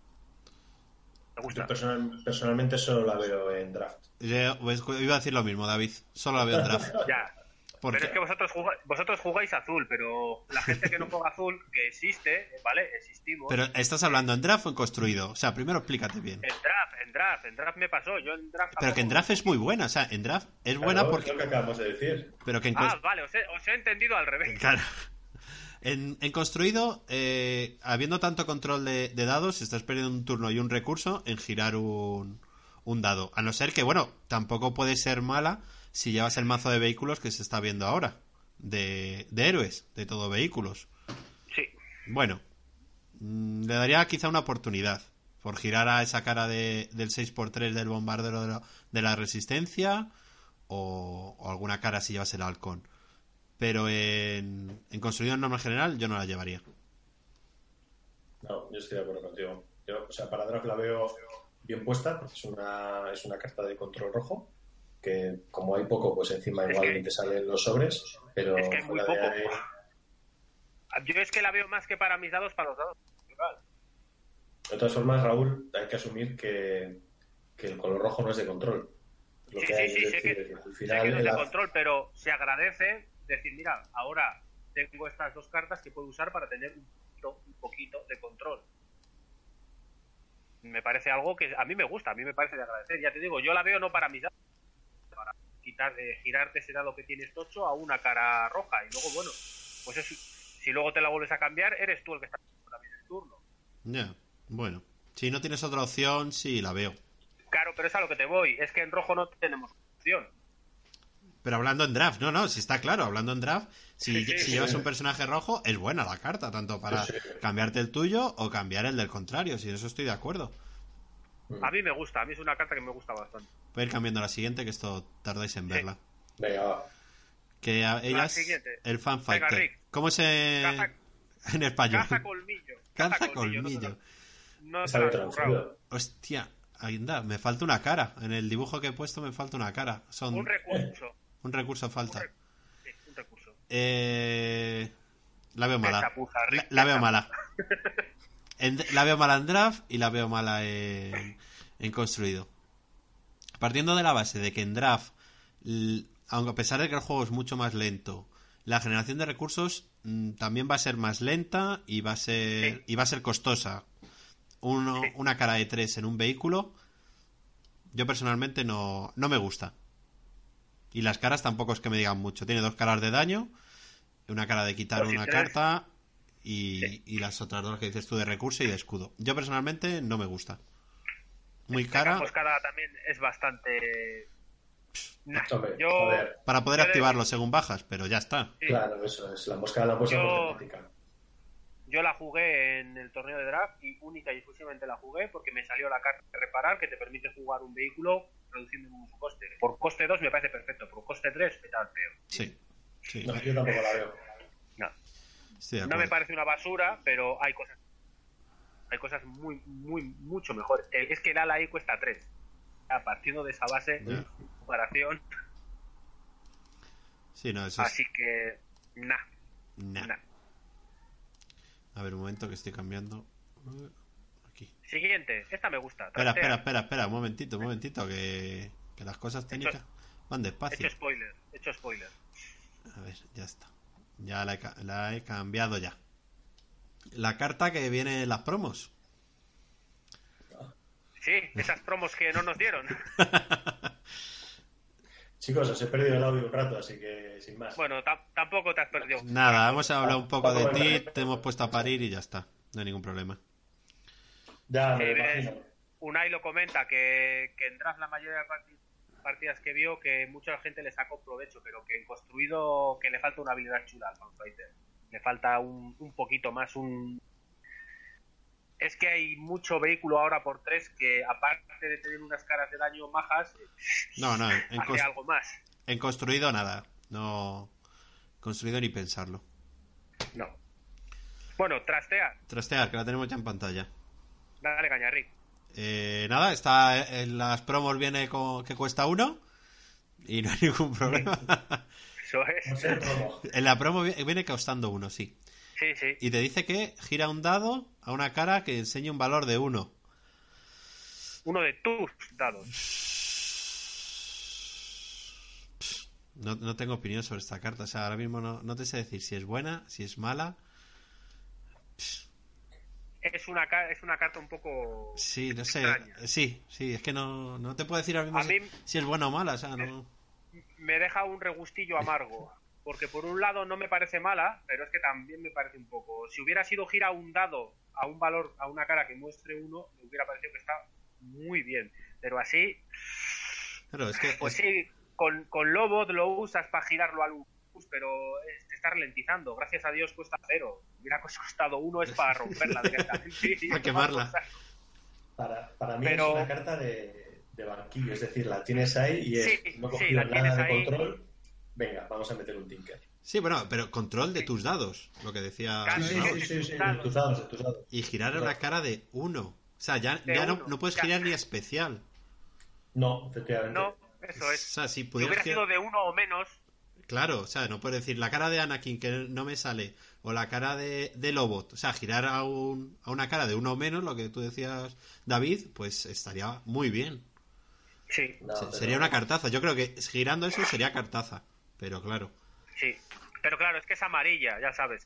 Me gusta. Yo personalmente solo la veo en draft. Pues, iba a decir lo mismo, David. Solo la veo en draft. Ya. ¿Por Pero qué? es que vosotros jugáis azul, pero la gente que no juega azul, que existe, ¿vale? Existimos. Pero ¿estás hablando en draft o en construido? O sea, primero explícate bien. En draft me pasó. Yo en draft Pero que en draft es muy buena. O sea, en draft es buena Claro, porque... es lo que acabamos de decir. Pero que en vale, os he entendido al revés. Claro. En construido, habiendo tanto control de dados, estás perdiendo un turno y un recurso en girar un dado. A no ser que, bueno, tampoco puede ser mala si llevas el mazo de vehículos que se está viendo ahora. De héroes, de todo vehículos. Sí. Bueno, le daría quizá una oportunidad por girar a esa cara del 6x3 del bombardero de la resistencia o alguna cara si llevas el halcón. Pero en construido en norma general yo no la llevaría. No, yo estoy de acuerdo contigo. O sea, para draft la veo bien puesta porque es una carta de control rojo que como hay poco, pues encima igual te salen los sobres, pero es que hay muy fuera poco. de ahí... Yo es que la veo más que para mis dados, para los dados. De todas formas, Raúl, hay que asumir que el color rojo no es de control. Lo que hay es decir, sé al que final no es de control, pero se agradece decir, mira, ahora tengo estas dos cartas que puedo usar para tener un poquito de control. Me parece algo que a mí me gusta, a mí me parece de agradecer. Ya te digo, yo la veo no para mis dados, para girarte ese dado que tienes tocho a una cara roja. Y luego, bueno, pues eso, si luego te la vuelves a cambiar, eres tú el que está también el turno. Ya, bueno. Si no tienes otra opción, sí, la veo. Claro, pero es a lo que te voy. Es que en rojo no tenemos opción. Pero hablando en draft, no, si está claro, hablando en draft, si llevas un personaje rojo, es buena la carta, tanto para cambiarte el tuyo o cambiar el del contrario, si en eso estoy de acuerdo. A mí me gusta, a mí es una carta que me gusta bastante. Voy a ir cambiando a la siguiente, que esto tardáis en verla. Venga, va. Que ella es el fanfighter. ¿Cómo se...? En español. Caza colmillo. Caza colmillo. No Está bien traducido. Hostia, anda, me falta una cara. En el dibujo que he puesto me falta una cara. Un recurso. Un recurso falta. Un recurso. La veo mala. La veo mala. La veo mala en draft y la veo mala en construido. Partiendo de la base de que en draft, aunque a pesar de que el juego es mucho más lento, la generación de recursos también va a ser más lenta y va a ser costosa. Una cara de 3 en un vehículo, yo personalmente no me gusta. Y las caras tampoco es que me digan mucho. Tiene 2 caras de daño, una cara de quitar una carta y las otras 2 que dices tú de recurso y de escudo. Yo personalmente no me gusta. Muy cara. La emboscada también es bastante... Hombre, joder. Para poder activarlo según bajas, pero ya está. Sí. Claro, eso es. La emboscada la puesta por temática. Yo la jugué en el torneo de draft y única y exclusivamente la jugué porque me salió la carta de reparar que te permite jugar un vehículo reduciendo su coste. Por coste 2 me parece perfecto, por coste 3 me da el peor. Sí. No, yo tampoco la veo. No me parece una basura, pero hay cosas mucho mejores. Es que el ala ahí cuesta 3. Partiendo de esa base, comparación. Sí, no, eso así que, nah. A ver, un momento que estoy cambiando. Aquí. Siguiente, esta me gusta. Espera, un momentito, que las cosas técnicas van despacio. Hecho spoiler. A ver, ya está. Ya la he cambiado ya. La carta que viene en las promos. Sí, esas promos que no nos dieron. Chicos, os he perdido el audio un rato, así que sin más. Bueno, tampoco te has perdido. Nada, hemos hablado un poco de ti, te hemos puesto a parir y ya está. No hay ningún problema. Ya me lo imagino. Unai lo comenta que en draft la mayoría de partidas que vio que mucha gente le sacó provecho, pero que en construido que le falta una habilidad chula al Fanfighter. Le falta un poquito más, Es que hay mucho vehículo ahora por 3 que, aparte de tener unas caras de daño majas, No, hace algo más. En construido nada. No. Construido ni pensarlo. No. Bueno, Trastear, que la tenemos ya en pantalla. Dale caña, Rick. Nada, está en las promos viene que cuesta 1 y no hay ningún problema. Eso es. En la promo viene costando 1, sí. Sí, sí. Y te dice que gira un dado a una cara que enseña un valor de 1. Uno de tus dados. No tengo opinión sobre esta carta. O sea, ahora mismo no te sé decir si es buena, si es mala. Es una carta un poco... Sí, no sé. extraña. Sí, es que no te puedo decir ahora mismo si es buena o mala. O sea, no... Me deja un regustillo amargo. Porque por un lado no me parece mala, pero es que también me parece un poco... Si hubiera sido gira un dado a un valor, a una cara que muestre 1, me hubiera parecido que está muy bien. Pero así... Claro, es que... Pues sí, con Lobot lo usas para girarlo al bus, pero te está ralentizando. Gracias a Dios cuesta 0. Hubiera costado 1 es para romperla directamente. Para quemarla. Para mí es una carta de banquillo, es decir, la tienes ahí y no he cogido nada de control. Venga, vamos a meter un Tinker. Sí, bueno, pero control de tus dados, lo que decía. Sí, de tus dados. Y girar a una cara de 1. O sea, ya no puedes girar ni a especial. No, efectivamente. No, eso es. O sea, si hubiera sido de 1 o menos. Claro, o sea, no puedes decir la cara de Anakin que no me sale, o la cara de Lobot. O sea, girar a una cara de 1 o menos, lo que tú decías, David, pues estaría muy bien. Sí. Sería una cartaza. Yo creo que girando eso sería cartaza. Pero claro. Sí, pero claro, es que es amarilla, ya sabes.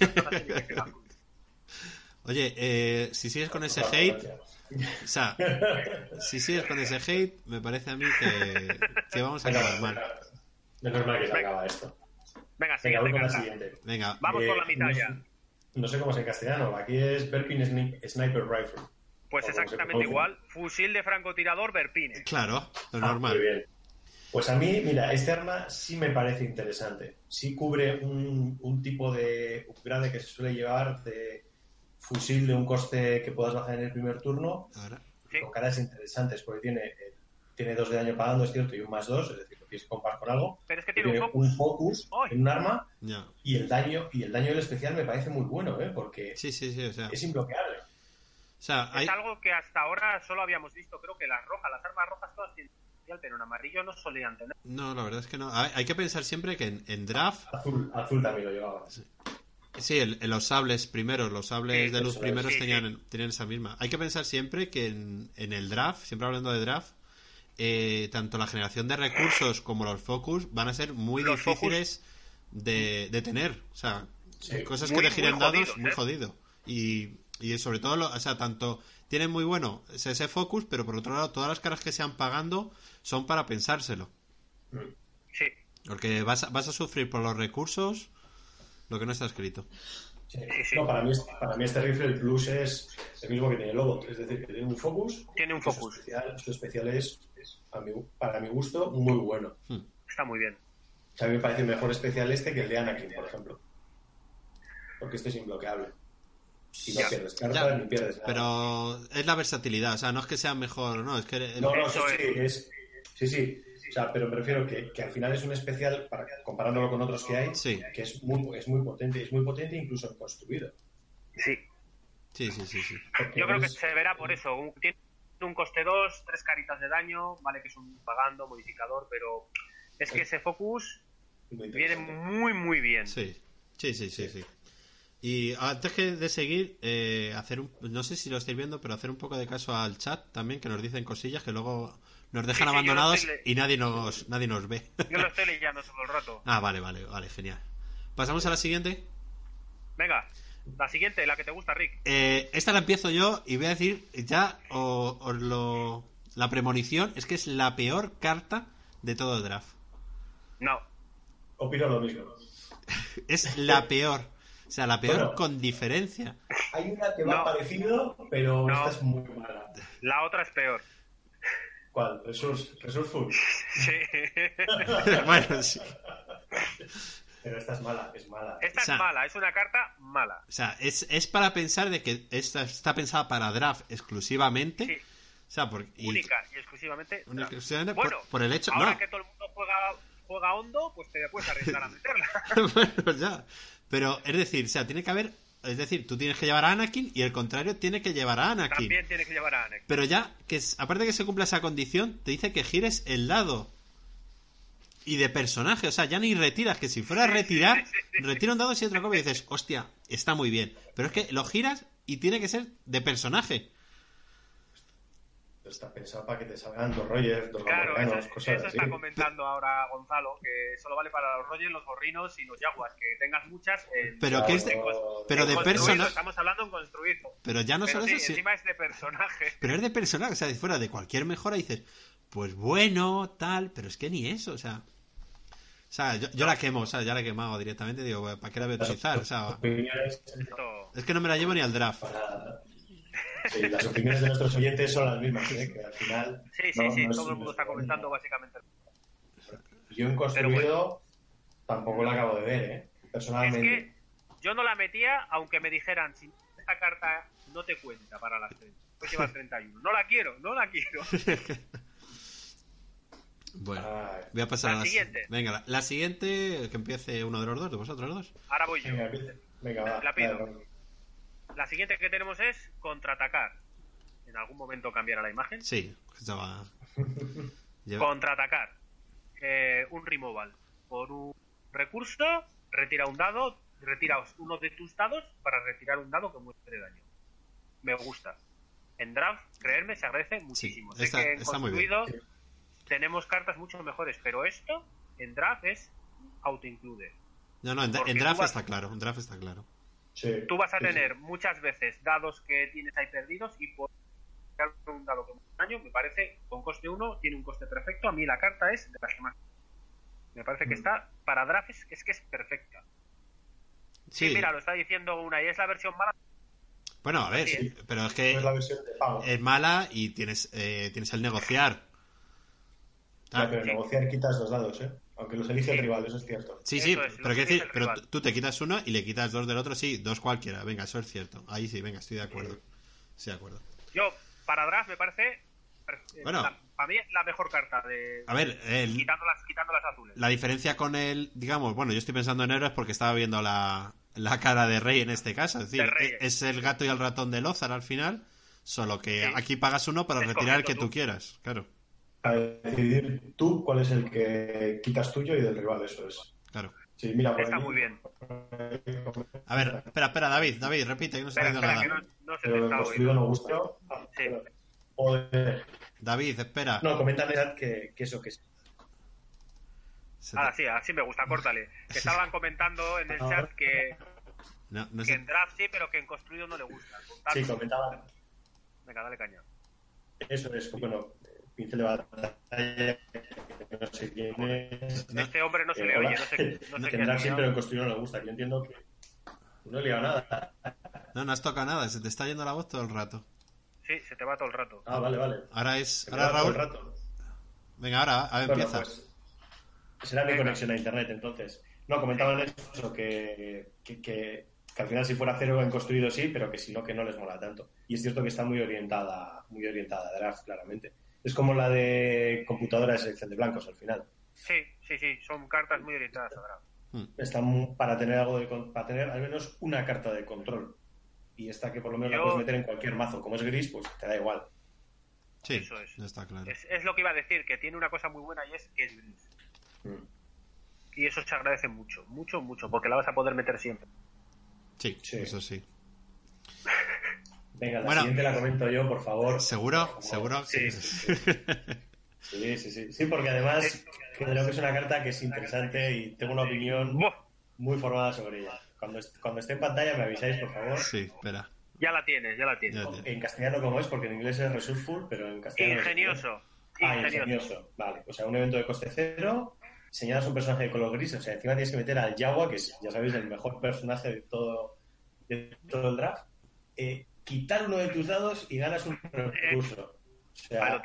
Oye, si sigues con ese hate, o sea, si sigues con ese hate, me parece a mí que vamos a acabar mal. Menos mal que se acaba esto. Venga, voy con la siguiente. Venga. Vamos por la mitad ya. No sé cómo es en castellano, aquí es Verpin Sniper Rifle. Pues exactamente igual, fusil de francotirador Verpine. Claro, lo normal. Muy bien. Pues a mí, mira, este arma sí me parece interesante. Sí cubre un tipo de upgrade que se suele llevar de fusil de un coste que puedas bajar en el primer turno. Ahora. Con caras interesantes, porque tiene 2 de daño pagando, es cierto, y un +2, es decir, lo tienes que comparar con algo. Pero es que tiene un focus en un arma yeah. y el daño del especial me parece muy bueno, porque sí, o sea, es imbloqueable. O sea, es algo que hasta ahora solo habíamos visto, creo que las armas rojas todas tienen, pero en amarillo no solían tener. No, la verdad es que no. Hay que pensar siempre que en draft... Azul también lo llevaba. Sí, en los sables primeros, los sables de luz primeros tenían esa misma. Hay que pensar siempre que en el draft, siempre hablando de draft, tanto la generación de recursos como los focus van a ser muy difíciles de tener. O sea, cosas que te giren dados, muy jodido. Y sobre todo, o sea, tanto tienen muy bueno ese focus, pero por otro lado, todas las caras que se han pagando son para pensárselo. Sí. Porque vas a sufrir por los recursos lo que no está escrito. Sí. No, para mí este rifle el plus es el mismo que tiene el Lobot, es decir, que tiene un focus. Tiene un focus. Su especial es, para mi gusto, muy bueno. Está muy bien. O sea, a mí me parece mejor especial que el de Anakin, por ejemplo. Porque este es imbloqueable. Y no pierdes cartas ni pierdes nada. Pero es la versatilidad, o sea, no es que sea mejor, no, es que... Sí. O sea, pero me refiero que al final es un especial, comparándolo con otros que hay, que es muy potente incluso en construido. Sí. Sí. Yo creo que se verá por eso. Tiene un coste 2, 3 caritas de daño, vale que es un pagando, modificador, pero es que ese focus viene muy bien. Sí. Y antes de seguir, no sé si lo estáis viendo, pero hacer un poco de caso al chat también, que nos dicen cosillas que luego nos dejan abandonados y nadie nos ve. Yo lo estoy leyendo todo el rato. Ah, vale, genial. ¿Pasamos a la siguiente? Venga, la siguiente, la que te gusta, Rick. Esta la empiezo yo y voy a decir ya, la premonición es que es la peor carta de todo el draft. No. Opino lo mismo. Es la peor. O sea, la peor Bueno, con diferencia. hay una que va parecido, pero esta es muy mala. La otra es peor. ¿Cuál? Resourceful. Sí. Bueno, sí. Pero esta es mala, es mala. Esta O sea, es mala, es una carta mala. O sea, es para pensar de que esta está pensada para draft exclusivamente. Sí. O sea, Única y exclusivamente. exclusivamente Bueno, por el hecho... ahora No. que todo el mundo juega hondo, pues te puedes arriesgar a meterla. Bueno, ya. Pero, es decir, o sea, tiene que haber... Es decir, tú tienes que llevar a Anakin y el contrario tiene que llevar a Anakin. También tienes que llevar a Anakin. Pero ya, aparte de que se cumpla esa condición, te dice que gires el dado. Y de personaje, o sea, ya ni retiras, que si fuera a retirar, retira un dado y otra copia y dices, hostia, está muy bien. Pero es que lo giras y tiene que ser de personaje. Está pensado para que te salgan dos Rogers, dos Claro, Gamorreanos, cosas eso así. está comentando ahora Gonzalo, que solo vale para los Rogers, los Gorrinos y los Jaguars, que tengas muchas. Pero que es de, pero de personaje. Estamos hablando en construido. Pero ya no Pero solo sí, eso, encima es de personaje. pero es de personaje, o sea, si fuera de cualquier mejora dices, pues bueno, tal, pero es que ni eso, o sea, yo la quemo, o sea, ya la he quemado directamente, digo, ¿para qué la voy a utilizar? O sea, es que no me la llevo ni al draft. Sí, las opiniones de nuestros oyentes son las mismas, ¿eh? Que al final... Sí, todo el mundo está comentando básicamente. Yo en construido tampoco la acabo de ver, ¿eh? Personalmente. Es que yo no la metía, aunque me dijeran, si esta carta no te cuenta para las 30, pues lleva 31. No la quiero. Bueno, voy a pasar a la siguiente. Venga, la siguiente, que empiece uno de los dos, de vosotros dos. Ahora voy yo. Venga, va. La pido. La siguiente que tenemos es contraatacar. ¿En algún momento cambiará la imagen? Sí, estaba... Contraatacar. Un removal. Por un recurso, retira un dado, retira uno de tus dados para retirar un dado que muestre daño. Me gusta. En draft, creerme, se agradece muchísimo. Sí, sé que en está construido muy bien. Tenemos cartas mucho mejores, pero esto en draft es auto-include. No, en draft está claro, en draft está claro. Sí, tú vas a tener muchas veces dados que tienes ahí perdidos y por un dado que muestre daño, me parece, con coste 1, tiene un coste perfecto. A mí la carta es de las que más. Me parece que está para draft, es que es perfecta. Sí, mira, lo está diciendo una y es la versión mala. Bueno, a ver, sí, pero es que es la versión de pago. Es mala y tienes el negociar. Ya, pero negociar quitas dos dados, ¿eh? Aunque los elige el rival, eso es cierto. Sí, pero qué decir, pero tú te quitas uno y le quitas dos del otro, sí, dos cualquiera. Venga, eso es cierto. Ahí sí, venga, estoy de acuerdo. Estoy de acuerdo. Yo, para draft me parece... Bueno, para mí es la mejor carta de... A ver, quitando las azules. La diferencia con el, digamos, bueno, yo estoy pensando en héroes porque estaba viendo la cara de Rey en este caso. Es decir, es el gato y el ratón de Lozar al final, solo que aquí pagas uno para retirar el que tú quieras, claro. Para decidir tú cuál es el que quitas tuyo y del rival, eso es. Claro. Sí, mira, está muy bien. A ver, espera, David, repite, que no se ha oído nada. Que no se pero el construido no gusta. Sí. Joder. David, espera. No, comentan en el que eso que es. Sí, así me gusta, córtale. Que estaban comentando en el chat que en draft sí, pero que en construido no le gusta. Sí, comentaban. Venga, dale caña. Eso es, bueno, pincel de batalla, no sé quién es. Este hombre no se le oye, no sé tendrá sí, pero en construido no le gusta. Yo entiendo que no he liado nada. No has tocado nada, se te está yendo la voz todo el rato. Sí, se te va todo el rato. Ah, vale. Ahora Raúl. Venga, ahora empieza. Pues, será mi conexión a internet, entonces. No, comentaban eso, que al final si fuera cero en construido sí, pero que si no, que no les mola tanto. Y es cierto que está muy orientada a draft, claramente. Es como la de computadora de selección de blancos, al final. Sí, son cartas muy orientadas a draft. Están para tener para tener al menos una carta de control. Y esta que por lo menos la puedes meter en cualquier mazo. Como es gris, pues te da igual. Sí, eso es. Está claro. Es lo que iba a decir, que tiene una cosa muy buena y es que es gris. Y eso se agradece mucho, porque la vas a poder meter siempre. Sí, eso sí. Venga, la siguiente la comento yo, por favor. ¿Seguro? Sí. Sí, porque además creo que es una carta que es interesante y tengo una opinión muy formada sobre ella. Cuando esté en pantalla me avisáis, por favor. Sí, espera. Ya la tienes. En castellano como es, porque en inglés es resourceful, pero en castellano Ingenioso. Ingenioso. Vale, o sea, un evento de coste 0. señalas un personaje de color gris, o sea, encima tienes que meter al Yawa, que es, ya sabéis, el mejor personaje de todo el draft, quitar uno de tus dados y ganas un recurso. O sea,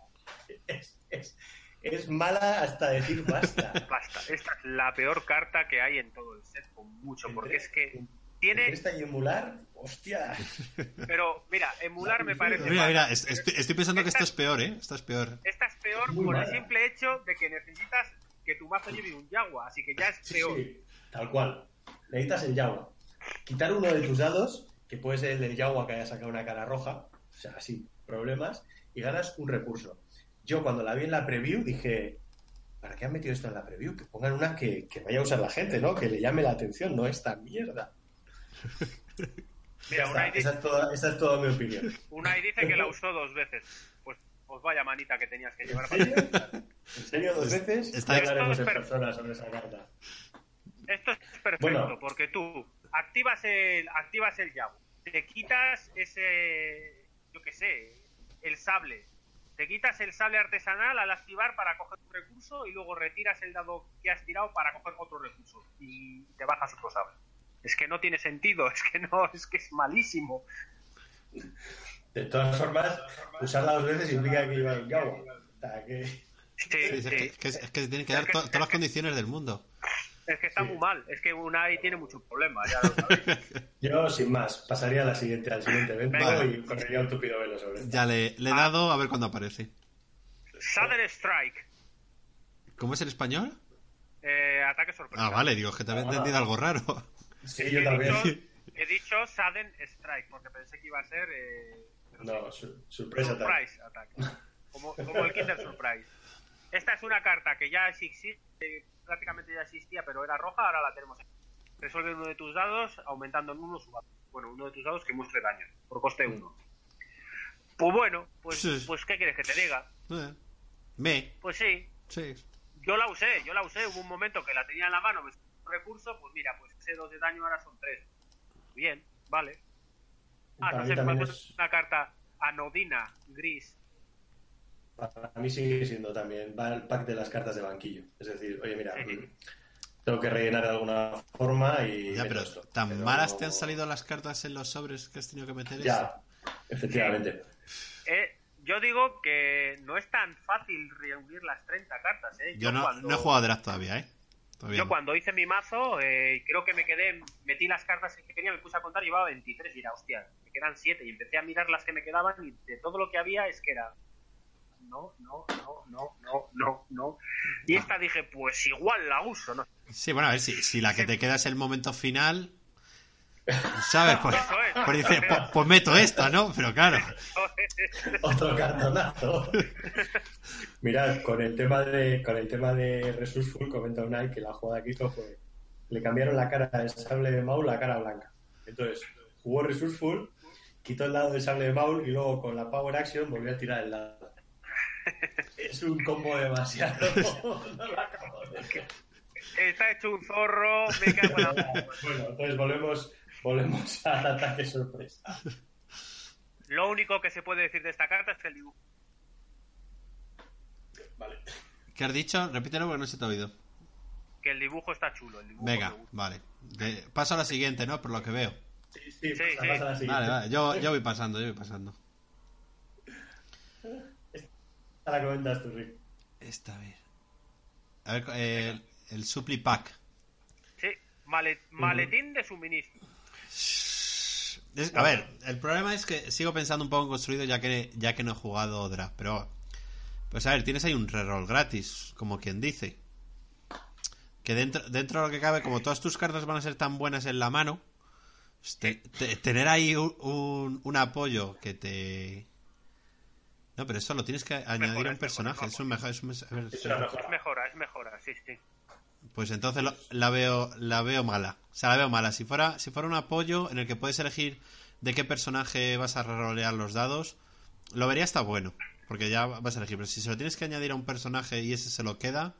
es mala hasta decir basta. Basta. Esta es la peor carta que hay en todo el set, con mucho, porque es que tiene... ¿Esta y emular? ¡Hostia! Pero, mira, emular me parece... Mira, estoy pensando que esto es peor, ¿eh? Esta es peor. Esta es peor por el simple hecho de que necesitas que tu mazo lleve un Yawa, así que ya es peor. Sí, tal cual. Necesitas el Yawa. Quitar uno de tus dados, que puede ser el del Yawa que haya sacado una cara roja, o sea, sin problemas, y ganas un recurso. Yo cuando la vi en la preview dije, ¿para qué han metido esto en la preview? Que pongan una que vaya a usar la gente, ¿no? Que le llame la atención, no esta mierda. Mira, esa es toda mi opinión. Unai dice que la usó 2 veces. Pues vaya manita que tenías que llevar. ¿En serio 2 veces? Ya hablaremos en persona sobre esa carta. Esto es perfecto, porque tú activas el Yawa, te quitas ese, yo qué sé, el sable. Te quitas el sable artesanal al activar para coger un recurso y luego retiras el dado que has tirado para coger otro recurso y te bajas otro sable. Es que no tiene sentido, es que es malísimo. De todas formas, usarla 2 veces implica que lleva un Yawa. O sea, que... Es que tiene que dar todas las condiciones del mundo. Es que está muy mal, es que Unai tiene muchos problemas, ya lo sabéis. Yo, sin más, pasaría al siguiente evento y correría un tupido velo sobre esto. Ya le he dado a ver cuándo aparece. Southern Strike. ¿Cómo es el español? Ataque sorpresa. Ah, vale, digo, que te había entendido algo raro. Sí, yo también. He dicho Sudden Strike, porque pensé que iba a ser... no, Surprise Attack. Como el Kinder Surprise. Esta es una carta que ya existe, prácticamente ya existía, pero era roja, ahora la tenemos. Resuelve uno de tus dados, aumentando en uno su valor. Bueno, uno de tus dados que muestre daño, por coste 1. Pues bueno, pues ¿qué quieres que te diga? Pues sí. Yo la usé, hubo un momento que la tenía en la mano, me un recurso, pues mira, pues ese 2 de daño ahora son 3. Bien, vale. No sé, es una carta anodina, gris. Para mí sigue siendo también, va el pack de las cartas de banquillo. Es decir, oye, mira, tengo que rellenar de alguna forma y... Ya, pero ¿tan malas te han salido las cartas en los sobres que has tenido que meter? Ya, efectivamente. Yo digo que no es tan fácil reunir las 30 cartas, ¿eh? Yo no he jugado a draft todavía, ¿eh? Yo cuando hice mi mazo, creo que metí las cartas que quería, me puse a contar, llevaba 23 y era, hostia, me quedan 7 y empecé a mirar las que me quedaban y de todo lo que había es que era... No. Y esta dije, pues igual la uso, ¿no? Sí, bueno, a ver, si la que te queda es el momento final, ¿sabes? Pues dice, pues meto esta, ¿no? Pero claro. Otro cartonazo. Mirad, con el tema de Resourceful, comenta Unai que la jugada que hizo fue, le cambiaron la cara del sable de Maul a la cara blanca. Entonces, jugó Resourceful, quitó el dado del sable de Maul y luego con la Power Action volvió a tirar el dado. Es un combo demasiado. No lo acabo de ver. Está hecho un zorro, me cago en la... Bueno, entonces volvemos al ataque sorpresa. Lo único que se puede decir de esta carta es que el dibujo... Vale. ¿Qué has dicho? Repítelo porque no se te ha oído. Que el dibujo está chulo. Venga, vale. Paso a la siguiente, ¿no? Por lo que veo. Sí. Pasa a la siguiente. Vale. Yo voy pasando. A la comentas tú, Rick. Esta, a ver, el Supply Pack. Sí, maletín de suministro. A ver, el problema es que sigo pensando un poco en construido ya que no he jugado draft, pero pues a ver, tienes ahí un reroll gratis, como quien dice. Que dentro de lo que cabe, como todas tus cartas van a ser tan buenas en la mano, tener ahí un apoyo que te... No, pero eso lo tienes que añadir a un personaje. Es mejora, sí. Pues entonces la veo mala. O sea, la veo mala. Si fuera un apoyo en el que puedes elegir de qué personaje vas a rerolear los dados, lo vería hasta bueno, porque ya vas a elegir. Pero si se lo tienes que añadir a un personaje y ese se lo queda...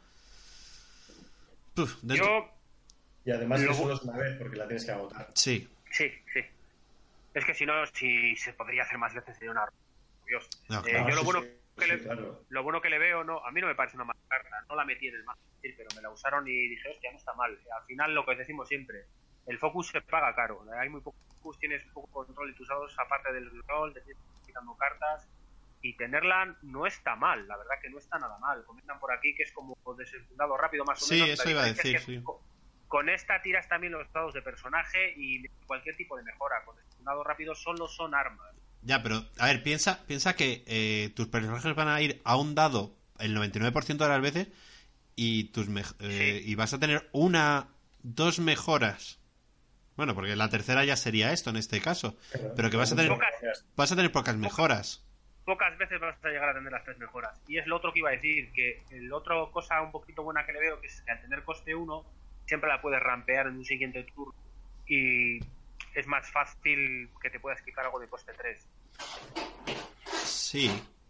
Y además que solo es una vez porque la tienes que agotar. Sí. Es que si no, si se podría hacer más veces sería una... Dios. No, claro. Yo Claro. Lo bueno que le veo, no, a mí no me parece una mala carta, no la metí en el mazo, pero me la usaron y dije, hostia, no está mal. Al final, lo que decimos siempre, el focus se paga caro, hay muy poco focus, tienes poco control de tus dados, aparte del rol, te tienes quitando cartas, y tenerla no está mal, la verdad que no está nada mal. Comentan por aquí que es como desenfundado rápido, más o menos. Sí, eso iba a decir, sí. Con esta tiras también los dados de personaje y cualquier tipo de mejora. Con desenfundado rápido solo son armas. Ya, pero, a ver, piensa que tus personajes van a ir a un dado el 99% de las veces y y vas a tener dos mejoras. Bueno, porque la tercera ya sería esto en este caso. Pero que vas a tener pocas mejoras. Pocas veces vas a llegar a tener las 3 mejoras. Y es lo otro que iba a decir, que el otro cosa un poquito buena que le veo, que es que al tener coste 1, siempre la puedes rampear en un siguiente turno. Y es más fácil que te puedas quitar algo de coste 3. Sí.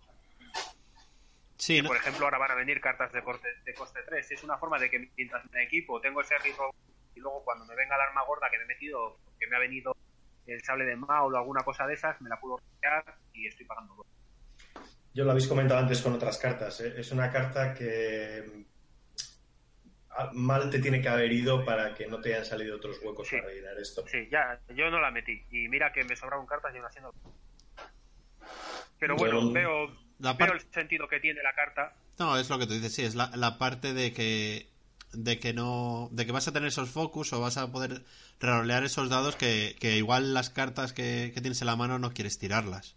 Sí, ¿no? Por ejemplo, ahora van a venir cartas de coste 3. Es una forma de que mientras en equipo tengo ese ritmo y luego cuando me venga el arma gorda que me he metido, que me ha venido el sable de Maul o alguna cosa de esas, me la puedo rampear y estoy pagando 2. Yo lo habéis comentado antes con otras cartas, ¿eh? Es una carta que mal te tiene que haber ido para que no te hayan salido otros huecos para rellenar esto. Sí, ya, yo no la metí. Y mira que me sobraron cartas y aún haciendo. Pero bueno, veo el sentido que tiene la carta. No, es lo que tú dices, sí, es la parte de que vas a tener esos focus o vas a poder rerolear esos dados que igual las cartas que tienes en la mano no quieres tirarlas.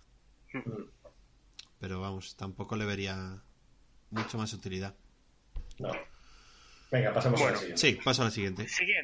Pero vamos, tampoco le vería mucho más utilidad. No. Venga, pasamos a la siguiente. Sí, paso a la siguiente.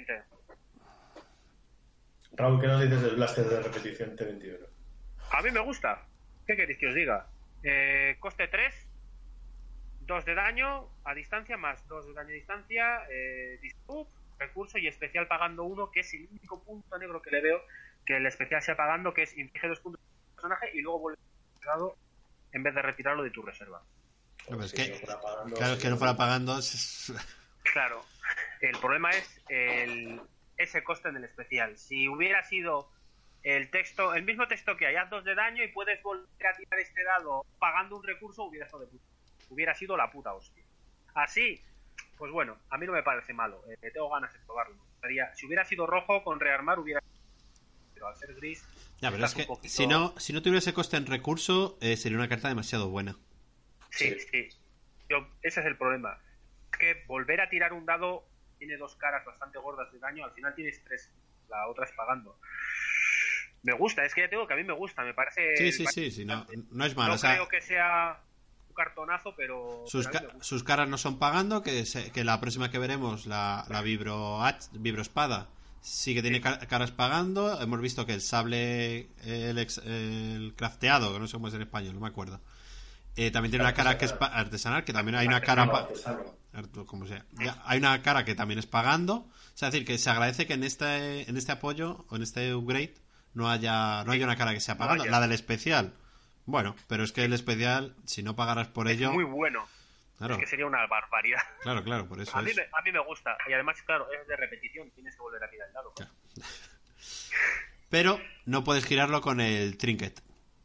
Raúl, ¿qué nos dices del blaster de repetición T21? A mí me gusta. ¿Qué queréis que os diga? Coste 3, 2 de daño a distancia, más 2 de daño a distancia, disturb, recurso y especial pagando 1, que es el único punto negro que le veo, que el especial sea pagando, que es inflige 2 puntos al personaje y luego vuelve a en vez de retirarlo de tu reserva. No, es que, claro, que no fuera pagando. Claro, el problema es ese coste en el especial. Si hubiera sido el mismo texto que hay, haz 2 de daño y puedes volver a tirar este dado pagando un recurso, hubiera sido la puta hostia. Así, pues bueno, a mí no me parece malo. Tengo ganas de probarlo. Si hubiera sido rojo, con rearmar hubiera... Pero al ser gris... Ya, pero es que si no tuviese coste en recurso, sería una carta demasiado buena. Sí. Ese es el problema. Es que volver a tirar un dado tiene 2 caras bastante gordas de daño. Al final tienes 3. La otra es pagando. Me gusta, es que ya tengo que a mí me gusta. Me parece... Sí, no es malo. No creo que sea un cartonazo, pero... Sus caras no son pagando, que la próxima que veremos, la Vibro Espada, sí que tiene caras pagando. Hemos visto que el sable, el crafteado, que no sé cómo es en español, no me acuerdo. También tiene una cara que es artesanal, que también hay una cara... como sea. Hay una cara que también es pagando. O sea, es decir, que se agradece que en este apoyo, o en este upgrade, no haya una cara que sea pagando. La del especial. Bueno, pero es que el especial, si no pagaras por ello... Es muy bueno. Claro. Es que sería una barbaridad. Claro, por eso a mí me gusta. Y además, claro, es de repetición. Tienes que volver a tirar el dado. Claro. Pero no puedes girarlo con el trinket.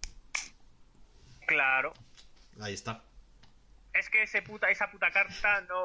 Claro. Ahí está. Es que esa puta carta no...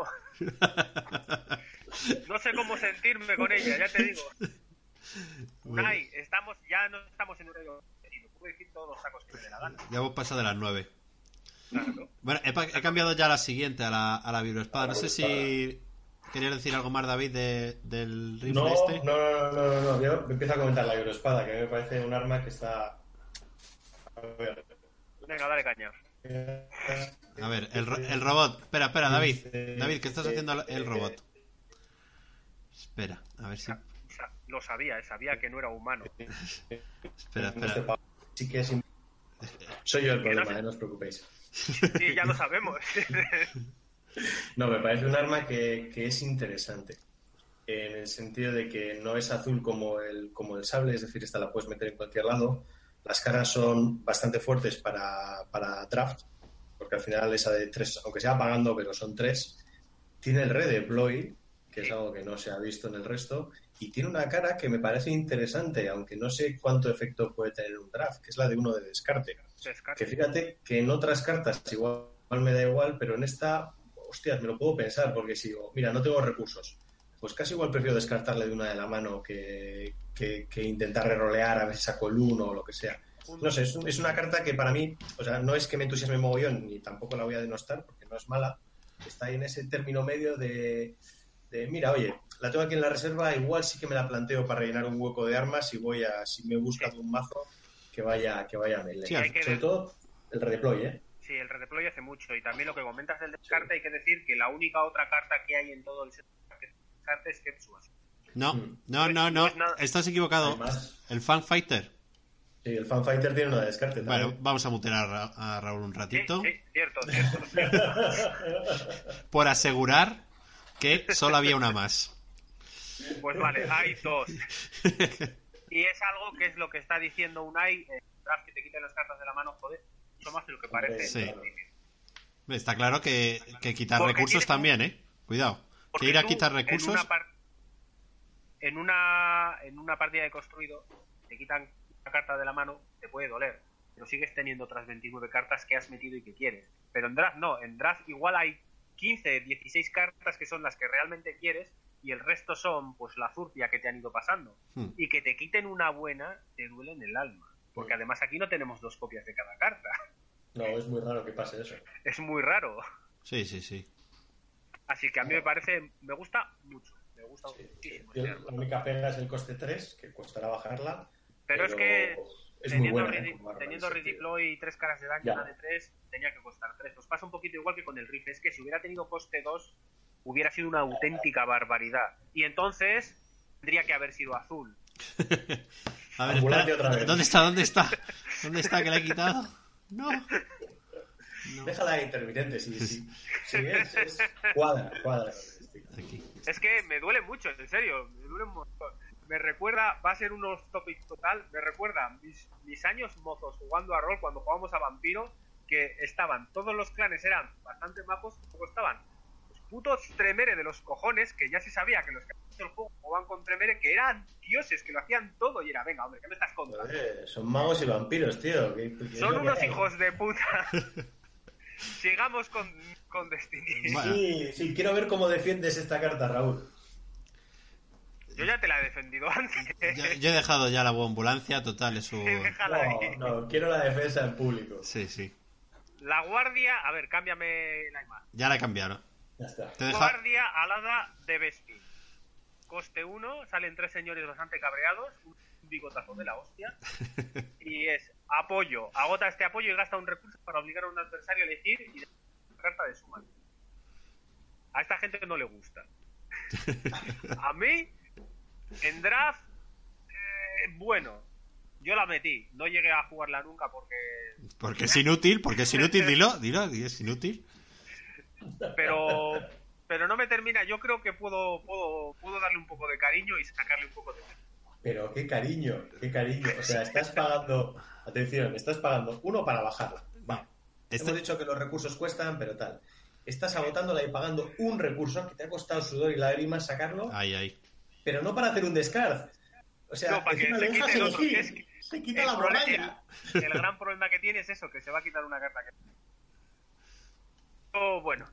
No sé cómo sentirme con ella, ya te digo. Unai, ya no estamos en un horario. Puedo decir todos los sacos que me dé la gana. Ya hemos pasado de las 9. Claro. Bueno, he cambiado ya a la siguiente, a la vibroespada. No sé si querías decir algo más, David, del rifle este. No. Yo empiezo a comentar la vibroespada, que a mí me parece un arma que está... A ver. Venga, dale caña. A ver, el robot. Espera, David. David, ¿qué estás haciendo el robot? Espera, a ver si... Lo sabía que no era humano. Espera. Sí que es... Soy yo el problema, no os preocupéis. Sí, ya lo sabemos. No, me parece un arma que es interesante. En el sentido de que no es azul como el sable, es decir, esta la puedes meter en cualquier lado. Las caras son bastante fuertes para draft, porque al final esa de 3, aunque sea pagando, pero son 3. Tiene el redeploy, que es algo que no se ha visto en el resto, y tiene una cara que me parece interesante, aunque no sé cuánto efecto puede tener un draft, que es la de uno de descarte. Que fíjate que en otras cartas igual me da igual, pero en esta, hostias, me lo puedo pensar, porque si digo, mira, no tengo recursos, pues casi igual prefiero descartarle de una de la mano que intentar rerolear a ver si saco el 1 o lo que sea. No sé, es una carta que para mí, o sea, no es que me entusiasme mogollón, ni tampoco la voy a denostar, porque no es mala. Está ahí en ese término medio de mira, oye, la tengo aquí en la reserva, igual sí que me la planteo para rellenar un hueco de armas y si me busca de un mazo que vaya a melee. Sí, sobre todo el redeploy, ¿eh? Sí, el redeploy hace mucho. Y también lo que comentas del descarte, hay que decir que la única otra carta que hay en todo el set que descarte es Ketsuas. No, estás equivocado. Además, el Fanfighter. Sí, el Fanfighter tiene una descarte también. Bueno, vamos a mutear a Raúl un ratito. Sí, cierto. Por asegurar que solo había una más. Pues vale, hay 2. Y es algo que es lo que está diciendo Unai, que te quiten las cartas de la mano, joder, mucho más de lo que parece. Sí. Está claro que quitar recursos también, Cuidado. Que ir a quitar recursos... En una partida de construido, te quitan una carta de la mano, te puede doler, pero sigues teniendo otras 29 cartas que has metido y que quieres. Pero en draft no, en draft igual hay 15, 16 cartas que son las que realmente quieres y el resto son pues la zurcia que te han ido pasando. Y que te quiten una buena te duele en el alma, porque además aquí no tenemos 2 copias de cada carta. No, es muy raro que pase eso. Es muy raro. Sí. Así que a mí me gusta mucho. Me gusta muchísimo. La única pega es el coste 3, que costará bajarla. Pero es que es teniendo redeploy y 3 caras de daño, una de 3, tenía que costar 3. Pues pasa un poquito igual que con el rifle. Es que si hubiera tenido coste 2, hubiera sido una auténtica barbaridad. Y entonces tendría que haber sido azul. A ver, espera, ¿dónde está? ¿Dónde está que la he quitado? No. Déjala de intermitente, sí. Es cuadra. Aquí. Es que me duele mucho, en serio, me duele un montón. Me recuerda, va a ser unos topic total, me recuerda mis años mozos jugando a rol cuando jugábamos a Vampiro, que estaban, todos los clanes eran bastante majos, luego estaban los putos Tremere de los cojones, que ya se sabía que los que han hecho el juego jugaban con Tremere, que eran dioses, que lo hacían todo, y era, venga, hombre, ¿qué me estás contando? Son magos y vampiros, tío. Son unos hijos de puta. Sigamos con Destiny. Bueno. Sí, quiero ver cómo defiendes esta carta, Raúl. Yo ya te la he defendido antes. Yo he dejado ya la ambulancia, total, es un... No, quiero la defensa en público. Sí. La guardia... A ver, cámbiame la imagen. Ya la he cambiado. Ya está. Guardia alada de Bespin. Coste 1, salen 3 señores bastante cabreados, un bigotazo de la hostia. Y es apoyo. Agota este apoyo y gasta un recurso para obligar a un adversario a elegir y dar una carta de su mano. A esta gente no le gusta. A mí... En draft, bueno, yo la metí. No llegué a jugarla nunca porque es inútil, dilo, es inútil. Pero no me termina. Yo creo que puedo darle un poco de cariño y sacarle un poco de... Pero qué cariño. O sea, estás pagando uno para bajarla. Va. Hemos dicho que los recursos cuestan, pero tal. Estás agotándola y pagando un recurso que te ha costado sudor y lágrimas sacarlo. Ay. Pero no para hacer un descart. O sea, no, para que se quite el otro, se quita la muralla. El gran problema que tiene es eso, que se va a quitar una carta que... bueno.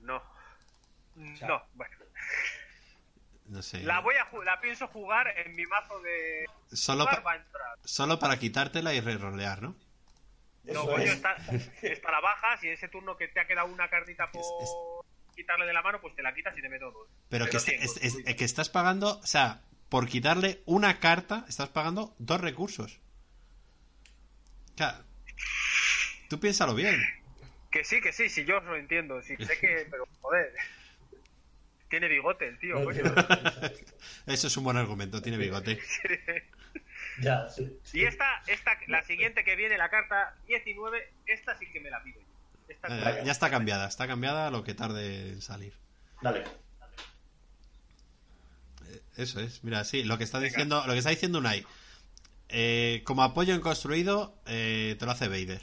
No sé. La pienso jugar en mi mazo de... Solo para quitártela y rerolear, ¿no? No, coño, esta la bajas y ese turno que te ha quedado una cartita por... quitarle de la mano, pues te la quitas y te meto 2. Pero que estás pagando, o sea, por quitarle una carta, estás pagando 2 recursos. O sea, tú piénsalo bien. Que sí, yo lo entiendo. Sí, sé que, pero joder. Tiene bigote el tío, coño. Eso es un buen argumento, tiene bigote. Ya, sí. Y esta, la siguiente que viene, la carta 19, esta sí que me la pido yo. Ya está cambiada lo que tarde en salir. Dale. Eso es, mira, sí, lo que está diciendo Unai. Como apoyo en construido, te lo hace Vader.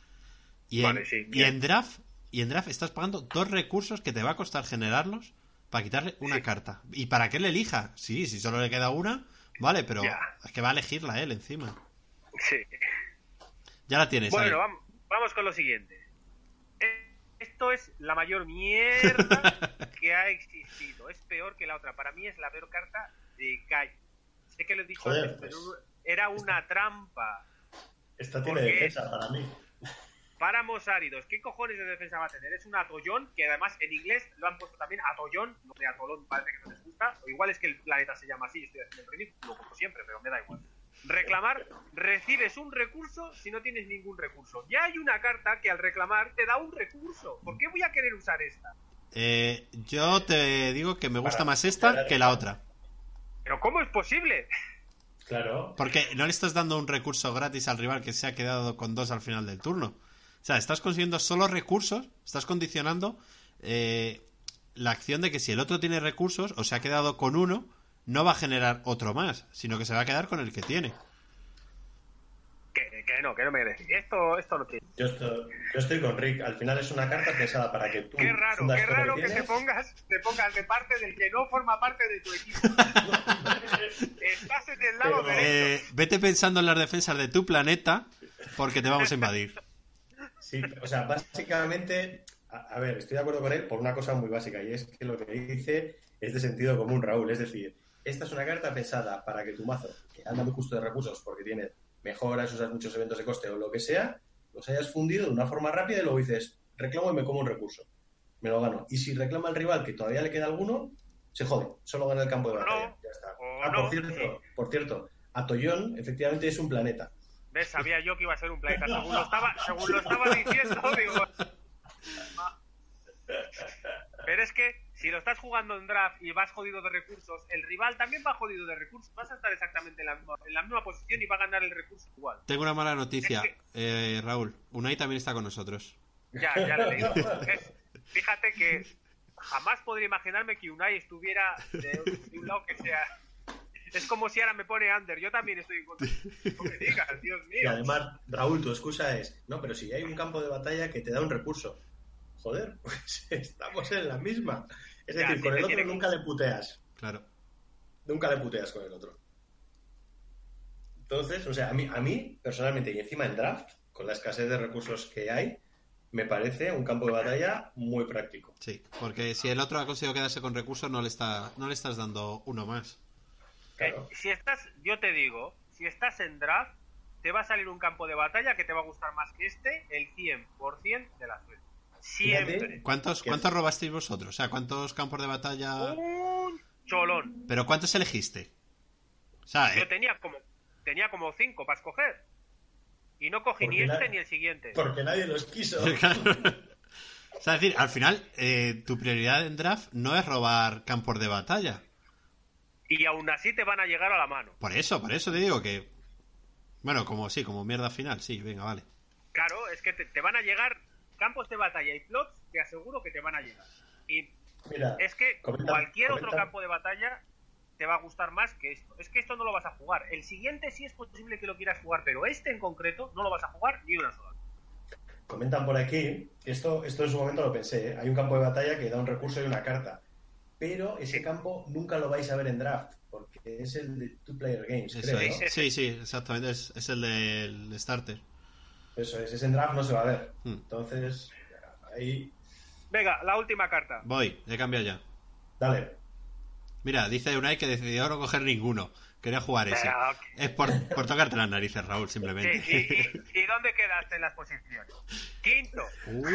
Y en draft estás pagando 2 recursos que te va a costar generarlos para quitarle una carta. ¿Y para que él elija? Sí, si solo le queda una, vale, pero es que va a elegirla él encima. Sí. Ya la tienes. Bueno, vamos con lo siguiente. Esto es la mayor mierda que ha existido. Es peor que la otra. Para mí es la peor carta de calle. Sé que lo he dicho antes, pero era una trampa. Esta tiene defensa para mí. Páramos áridos. ¿Qué cojones de defensa va a tener? Es un atollón, que además en inglés lo han puesto también atollón, no de atolón, parece que no les gusta. O igual es que el planeta se llama así, estoy haciendo el ridículo como siempre, pero me da igual. Reclamar, recibes un recurso si no tienes ningún recurso. Ya hay una carta que al reclamar te da un recurso. ¿Por qué voy a querer usar esta? Yo te digo que me gusta más esta que la otra. ¿Pero cómo es posible? Claro. Porque no le estás dando un recurso gratis al rival que se ha quedado con 2 al final del turno. O sea, estás consiguiendo solo recursos, estás condicionando la acción de que si el otro tiene recursos o se ha quedado con 1, no va a generar otro más, sino que se va a quedar con el que tiene. Que no me decís. Esto no tiene. Yo estoy con Rick. Al final es una carta pensada para que tú... Qué raro que te pongas de parte del que no forma parte de tu equipo. Estás en el lado derecho. Vete pensando en las defensas de tu planeta porque te vamos a invadir. Sí, o sea, básicamente... A ver, estoy de acuerdo con él por una cosa muy básica, y es que lo que dice es de sentido común, Raúl. Es decir, esta es una carta pensada para que tu mazo, que anda muy justo de recursos porque tiene mejoras, usas muchos eventos de coste o lo que sea, los hayas fundido de una forma rápida y luego dices, reclamo y me como un recurso. Me lo gano. Y si reclama al rival que todavía le queda alguno, se jode. Solo gana el campo de batalla. Ya está. Por cierto, Atollón efectivamente es un planeta. ¿Ves? Sabía yo que iba a ser un planeta. Según lo estaba diciendo, digo... Pero es que si lo estás jugando en draft y vas jodido de recursos, el rival también va jodido de recursos. Vas a estar exactamente en la misma posición y va a ganar el recurso igual. Tengo una mala noticia, Raúl. Unai también está con nosotros. Ya lo digo. Fíjate que jamás podría imaginarme que Unai estuviera de un lado que sea... Es como si ahora me pone under. Yo también estoy en contra. No me digas, Dios mío. Y además, Raúl, tu excusa es, no, pero si hay un campo de batalla que te da un recurso. Joder, pues estamos en la misma. Es decir, con el otro nunca le puteas. Claro. Nunca le puteas con el otro. Entonces, o sea, a mí, personalmente, y encima en draft, con la escasez de recursos que hay, me parece un campo de batalla muy práctico. Sí, porque si el otro ha conseguido quedarse con recursos, no le estás dando uno más. Claro. Yo te digo, si estás en draft, te va a salir un campo de batalla que te va a gustar más que el 100% de las veces. Siempre. ¿Cuántos robasteis vosotros? O sea, ¿cuántos campos de batalla? Un cholón. ¿Pero cuántos elegiste? O sea, yo tenía como 5 para escoger. Y no cogí ni ni el siguiente. Porque nadie los quiso. O sea, es decir, al final, tu prioridad en draft no es robar campos de batalla. Y aún así te van a llegar a la mano. Por eso te digo que... Bueno, como mierda final, sí, venga, vale. Claro, es que te van a llegar... Campos de batalla y plots, te aseguro que te van a llegar. Y mira, es que cualquier otro campo de batalla te va a gustar más que esto. Es que esto no lo vas a jugar. El siguiente sí es posible que lo quieras jugar, pero este en concreto no lo vas a jugar ni una sola. Comentan por aquí, esto en su momento lo pensé, hay un campo de batalla que da un recurso y una carta, pero ese campo nunca lo vais a ver en draft, porque es el de Two Player Games, eso creo, es. ¿no? Sí, exactamente, es el del starter. Eso es, ese en draft no se va a ver. Entonces, ahí... Venga, la última carta. Voy, he cambiado ya. Dale. Mira, dice Unai que decidió no coger ninguno. Quería jugar ese. Es por tocarte las narices, Raúl, simplemente. Sí, ¿y dónde quedaste en las posiciones? Quinto.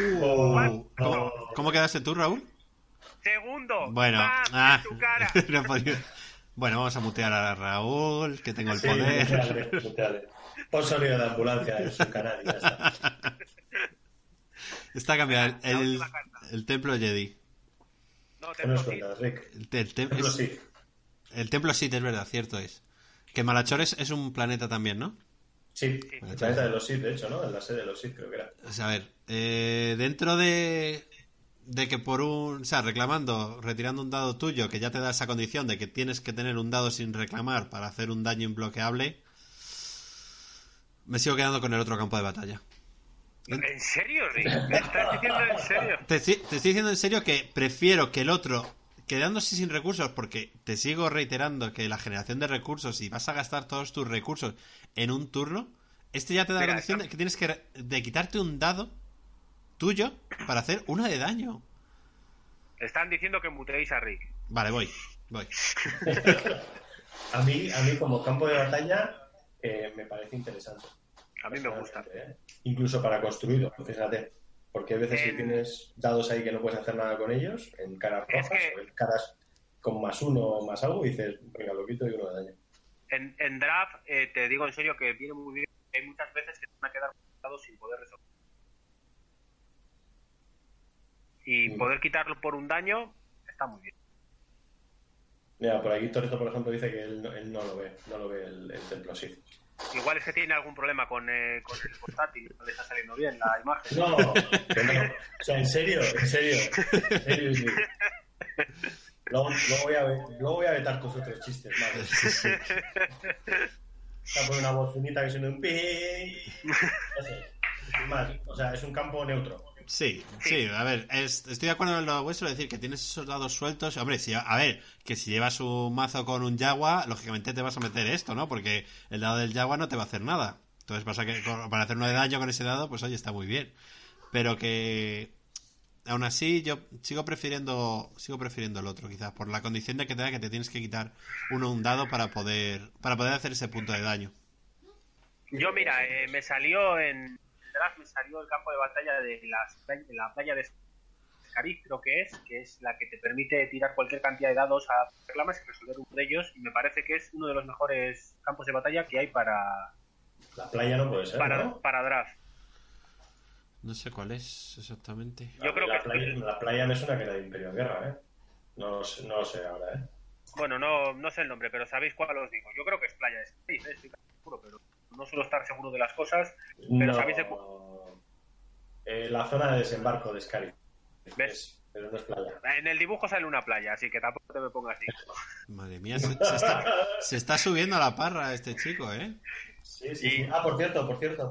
¿Cómo quedaste tú, Raúl? Segundo. Bueno, en tu cara. No he podido. Bueno, vamos a mutear a Raúl, que tengo el poder. Muteale. Pon sonido de ambulancia en su canal y ya está. Está cambiado el templo Jedi. No, templo Sith. El templo Sith, es verdad, cierto es. Que Malachor es un planeta también, ¿no? Sí, el planeta de los Sith, de hecho, ¿no? En la sede de los Sith creo que era. O sea, a ver, dentro de que retirando un dado tuyo, que ya te da esa condición de que tienes que tener un dado sin reclamar para hacer un daño imbloqueable, me sigo quedando con el otro campo de batalla. ¿En serio, Rick? ¿Me estás diciendo en serio? Te estoy diciendo en serio que prefiero que el otro quedándose sin recursos, porque te sigo reiterando que la generación de recursos, y vas a gastar todos tus recursos en un turno, ya te da la condición de que tienes de quitarte un dado tuyo para hacer 1 de daño. Están diciendo que muteéis a Rick. Vale, voy. A mí como campo de batalla me parece interesante. A mí me gusta. Incluso para construido, fíjate. Porque hay veces que tienes dados ahí que no puedes hacer nada con ellos, en caras rojas o en caras con +1 o más algo, y dices, venga, lo quito y 1 de daño. En draft, te digo en serio que viene muy bien. Hay muchas veces que te van a quedar dados sin poder resolver. Y poder quitarlo por un daño está muy bien. Mira, por aquí Toreto, por ejemplo, dice que él no lo ve el templo así. Igual es que tiene algún problema con el portátil, no le está saliendo bien la imagen. No, que no. O sea, en serio. Sí. Luego voy a vetar tus otros chistes, madre. Está por una bocinita que suena un pi. No sé. Más, o sea, es un campo neutro. Sí, a ver, estoy de acuerdo en lo vuestro, decir que tienes esos dados sueltos. Hombre, que si llevas un mazo con un Yagua, lógicamente te vas a meter esto, ¿no? Porque el dado del Yagua no te va a hacer nada. Entonces pasa que para hacer 1 de daño con ese dado, pues oye, está muy bien. Pero que aún así yo sigo prefiriendo el otro, quizás, por la condición de que te da que te tienes que quitar un dado para poder hacer ese punto de daño. Yo, mira, me salió el campo de batalla de la playa de Scarif, creo que es la que te permite tirar cualquier cantidad de dados a reclamas y resolver uno de ellos, y me parece que es uno de los mejores campos de batalla que hay para... La playa no puede ser, ¿no? Para draft. No sé cuál es exactamente. Yo creo que la playa me suena que era de Imperio de Guerra, ¿eh? No sé ahora, ¿eh? Bueno, no sé el nombre, pero sabéis cuál os digo. Yo creo que es playa de Scarif, estoy seguro, pero no suelo estar seguro de las cosas, pero sabéis la zona de desembarco de Scarif. ¿Ves? Pero no es playa. En el dibujo sale una playa, así que tampoco te me pongas así. Madre mía, se está subiendo a la parra este chico, ¿eh? Sí. Ah, por cierto.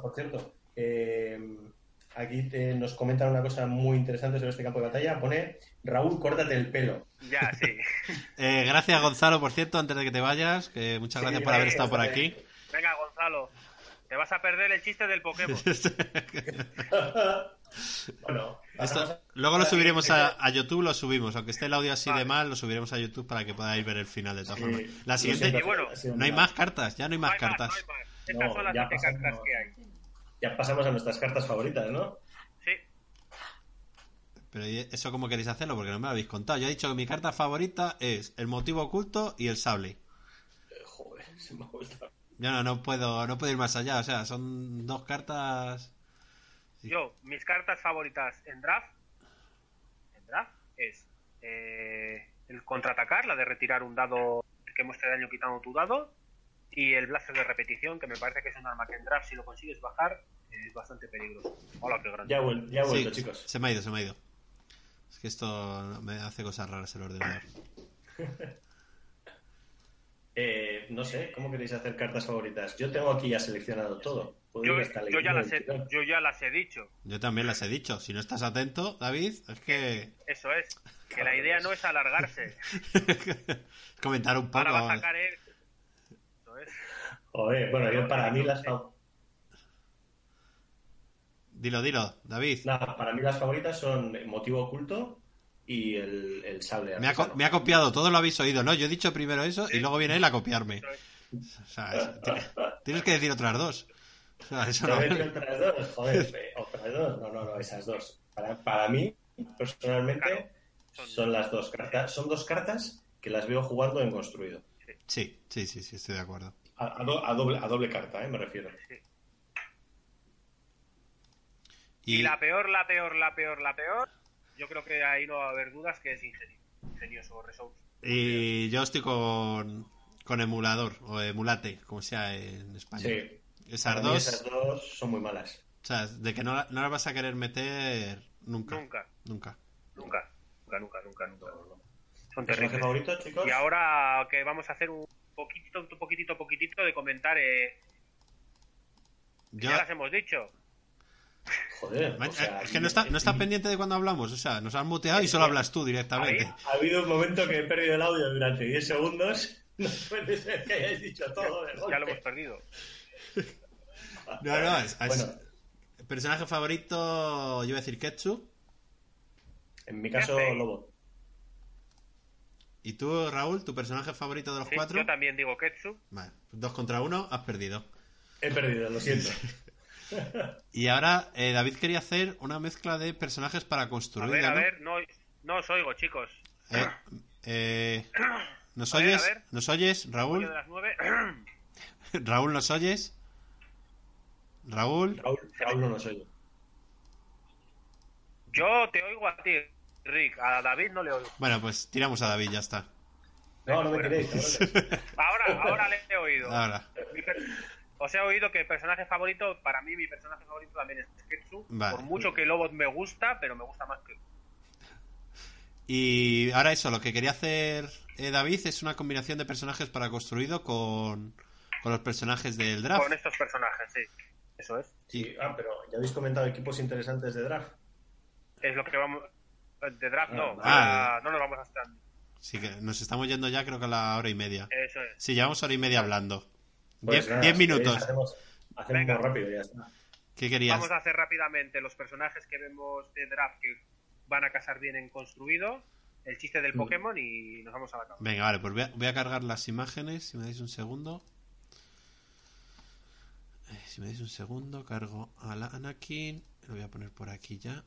Aquí nos comentan una cosa muy interesante sobre este campo de batalla. Pone, Raúl, córtate el pelo. Ya, sí. Gracias, Gonzalo, por cierto, antes de que te vayas. Muchas gracias por haber estado por aquí. Venga, Gonzalo, te vas a perder el chiste del Pokémon. Bueno, luego lo subiremos a YouTube, lo subimos. Aunque esté el audio así de mal, lo subiremos a YouTube para que podáis ver el final de todas formas. La siguiente, no hay más cartas, ya no hay más cartas. Estas son las 7 cartas que hay. Ya pasamos a nuestras cartas favoritas, ¿no? Sí. Pero eso, ¿cómo queréis hacerlo? Porque no me lo habéis contado. Yo he dicho que mi carta favorita es el motivo oculto y el sable. Joder, se me ha gustado. Yo no puedo ir más allá. O sea, son 2 cartas. Sí. Yo, mis cartas favoritas en draft es el contraatacar, la de retirar un dado que muestre daño quitando tu dado, y el blaster de repetición, que me parece que es un arma que en draft, si lo consigues bajar, es bastante peligroso. Hola, qué grande. Ya he vuelto, chicos. Se me ha ido. Es que esto me hace cosas raras el ordenador. No sé, ¿cómo queréis hacer cartas favoritas? Yo tengo aquí ya seleccionado todo. Yo ya las he dicho. Yo también las he dicho. Si no estás atento, David, es que... Eso es. Que la idea no es alargarse. Comentar un poco. Ahora va a sacar él. Eso es. Joder, bueno, yo para mí las... Dilo, David. Nada, para mí las favoritas son Motivo Oculto y el sable. Me ha copiado, todo lo habéis oído, ¿no? Yo he dicho primero eso y luego viene él a copiarme. O sea, tienes que decir otras 2. O sea, eso no vale. Otras 2, joder, otras 2. No, esas 2. Para mí, personalmente, son las 2 cartas. Son 2 cartas que las veo jugando en construido. Sí, estoy de acuerdo. A doble carta, me refiero. Sí. Y la peor, yo creo que ahí no va a haber dudas, que es Ingenioso Resource. Y yo estoy con emulador, o emulate, como sea en español. Sí. Esas dos son muy malas. O sea, de que no las vas a querer meter nunca. Nunca. Son terribles. Favorito, chicos? Y ahora que vamos a hacer un poquitito de comentar, ya las hemos dicho. Joder, Man, o sea, es que no está pendiente de cuando hablamos, o sea, nos han pendiente de cuando hablamos, o sea, nos han muteado y solo hablas tú directamente. Ha habido un momento que he perdido el audio durante 10 segundos. No puede ser que hayáis dicho todo de golpe. Ya lo hemos perdido. No, Bueno, personaje favorito, yo voy a decir Ketchup. en mi caso, F. Lobo. ¿Y tú, Raúl, tu personaje favorito de los Sí, 4? yo también digo Ketchup. Vale, 2 contra 1, has perdido. He perdido, lo siento. Y ahora, David quería hacer una mezcla de personajes para construir. A ver, no os oigo, chicos. ¿Nos A ver, oyes? a ver. ¿Nos oyes, Pollo Raúl? de las 9. Raúl, ¿nos oyes? Raúl. Raúl no nos oye. Yo te oigo a ti, Rick. A David no le oigo. Bueno, pues tiramos a David, ya está. No me queréis, cabrones. Ahora le he oído. Ahora. Os he oído que el personaje favorito, para mí mi personaje favorito también es Ketchup. Vale. Por mucho que Lobot me gusta, pero me gusta más que... Y ahora eso, lo que quería hacer David es una combinación de personajes para construido con los personajes del draft. Con estos personajes, sí. Eso es. Sí, pero ya habéis comentado equipos interesantes de draft. Es lo que vamos... De draft no. No nos vamos a estar... Sí, que nos estamos yendo ya creo que a la hora y media. Eso es. Sí, llevamos hora y media hablando. Pues 10 minutos. Hacemos Venga. rápido y ya está. ¿Qué querías? Vamos a hacer rápidamente los personajes que vemos de draft que van a casar bien en construido, el chiste del Pokémon y nos vamos a la cama. Venga, vale, pues voy a cargar las imágenes, si me dais un segundo. Si me dais un segundo, cargo a la Anakin. Lo voy a poner por aquí ya.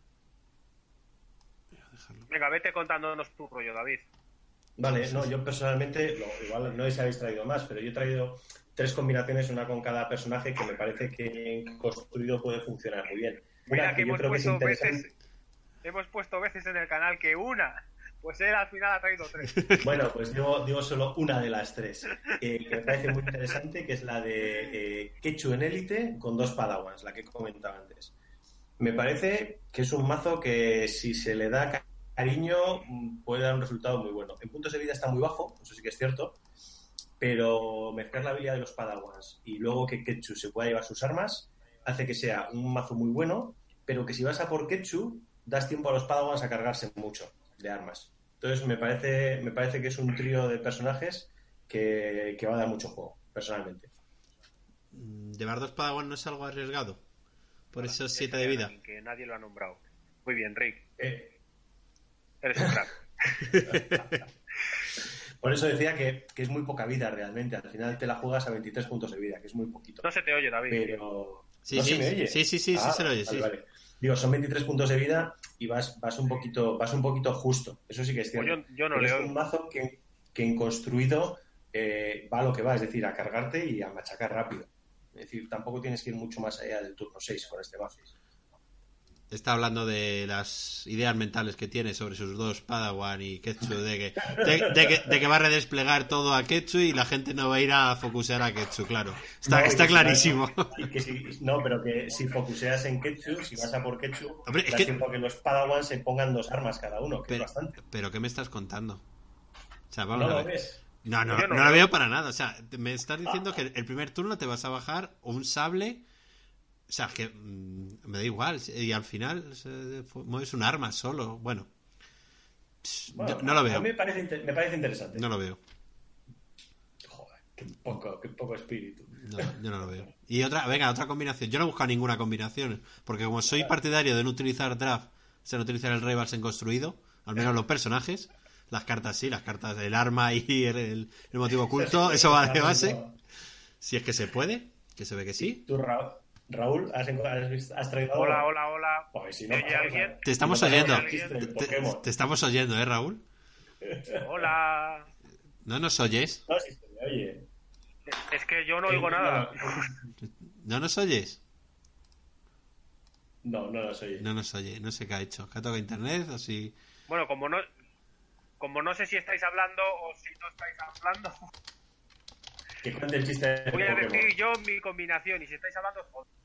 Voy a dejarlo. Venga, vete contándonos tu rollo, David. Vale, no, yo personalmente, igual no sé si habéis traído más, pero yo he traído 3 combinaciones, una con cada personaje, que me parece que en construido puede funcionar muy bien. Mira Una que yo creo que es interesante. hemos puesto veces en el canal que una, pues él al final ha traído 3. Bueno, pues digo solo una de las 3, que me parece muy interesante, que es la de Quechu en élite con 2 Padawans, la que comentaba antes. Me parece que es un mazo que si se le da cariño puede dar un resultado muy bueno. En puntos de vida está muy bajo, eso sí que es cierto, pero mezclar la habilidad de los Padawans y luego que Quechu se pueda llevar sus armas hace que sea un mazo muy bueno, pero que si vas a por Quechu das tiempo a los Padawans a cargarse mucho de armas. Entonces me parece que es un trío de personajes que va a dar mucho juego, personalmente. ¿Llevar 2 Padawan no es algo arriesgado? Por esos 7 de vida. Que nadie lo ha nombrado. Muy bien, Rick. Eres un crack. Por eso decía que es muy poca vida realmente. Al final te la juegas a 23 puntos de vida, que es muy poquito. No se te oye, David. Pero... Sí, ¿no se me oye? Sí, se le oye, sí. Vale. Digo, son 23 puntos de vida y vas un poquito justo. Eso sí que es cierto. Pues yo no pero leo. Es un mazo que en construido va a lo que va, es decir, a cargarte y a machacar rápido. Es decir, tampoco tienes que ir mucho más allá del turno 6 con este mazo. Está hablando de las ideas mentales que tiene sobre sus 2 Padawan y Ketchu, de que va a redesplegar todo a Ketchu y la gente no va a ir a focusear a Ketchu, claro. Está clarísimo. Pero que si focuseas en Ketchu, si vas a por Ketchu, Hombre, das tiempo a que los Padawan se pongan 2 armas cada uno, que es bastante. ¿Pero qué me estás contando? O sea, vamos a ver. No lo veo para nada. O sea, me estás diciendo que el primer turno te vas a bajar un sable. O sea, que me da igual. Y al final mueves un arma solo. Bueno, no lo veo. A mí me parece interesante. No lo veo. Joder, qué poco espíritu. No, yo no lo veo. Y otra combinación. Yo no he buscado ninguna combinación. Porque como soy partidario de no utilizar draft, o sea, no utilizar el Rivals en construido, al menos los personajes. Las cartas sí, las cartas del arma y el motivo oculto, eso va de base. Si es que se puede, que se ve que sí. ¿Tú, Raúl, has traído algo? Hola. Pues si no, ¿Oye alguien? Te estamos oyendo. Te estamos oyendo, Raúl? Hola. ¿No nos oyes? No, si se me oye. Es que yo no oigo nada. ¿No nos oyes? No nos oye. No nos oye, no sé qué ha hecho. ¿Que ha tocado internet o si...? Bueno, como no sé si estáis hablando o si no estáis hablando... Que cuente el chiste de Voy a Pokémon. decir yo mi combinación y si estáis hablando...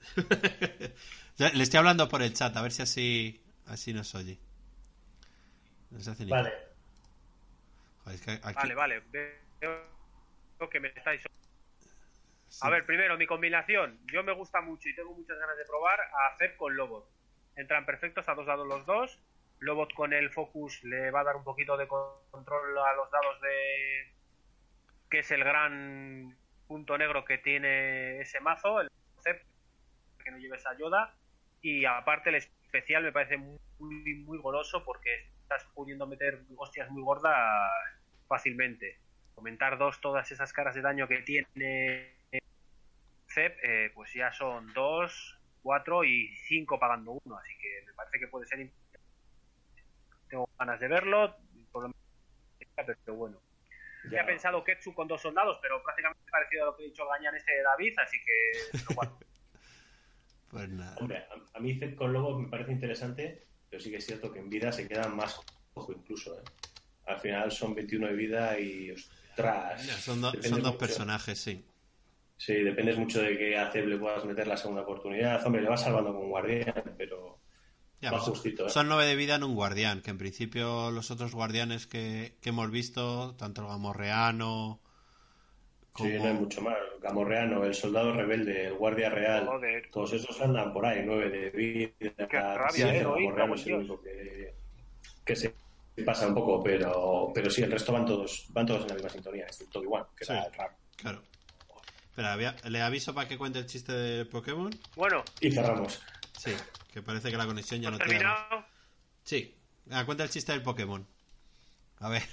Le estoy hablando por el chat, a ver si así nos oye. No se hace ni Vale. Joder, es que aquí... Vale. Veo que me estáis... A ver, primero, mi combinación. Yo me gusta mucho y tengo muchas ganas de probar a Zeb con Lobot. Entran perfectos a 2 dados los dos. Lobot con el Focus le va a dar un poquito de control a los dados de... que es el gran punto negro que tiene ese mazo, el Zeb, que no lleves a Yoda. Y aparte el especial me parece muy goloso porque estás pudiendo meter hostias muy gordas fácilmente. Comentar 2 todas esas caras de daño que tiene Zeb, pues ya son 2, 4 y 5 pagando 1, así que me parece que puede ser interesante. Tengo ganas de verlo, pero bueno. Ya he pensado Ketsu con 2 soldados, pero prácticamente parecido a lo que he dicho Gañán de David, así que no guardo. Pues nada. Hombre, a mí Zeb con Lobo me parece interesante, pero sí que es cierto que en vida se queda más cojo incluso. Al final son 21 de vida y ostras. Son dos personajes, sí. Sí, dependes mucho de que a Zeb le puedas meter la segunda oportunidad. Hombre, le vas salvando con un guardián, pero ya, va pues, justito. Son 9 de vida en un guardián, que en principio los otros guardianes que hemos visto, tanto el Gamorreano como... Sí, no hay mucho más. El Gamorreano, el soldado rebelde, el guardia real, Joder. Todos esos andan por ahí, 9 de vida. Qué rabia, sí, el hoy, Gamorreano es el único que se pasa un poco, pero sí, el resto van todos en la misma sintonía, excepto igual, que sí, era raro. Claro. Espera, ¿le aviso para que cuente el chiste de Pokémon? Bueno. Y cerramos. Sí, que parece que la conexión ya no tiene más. Sí, cuenta el chiste del Pokémon. A ver.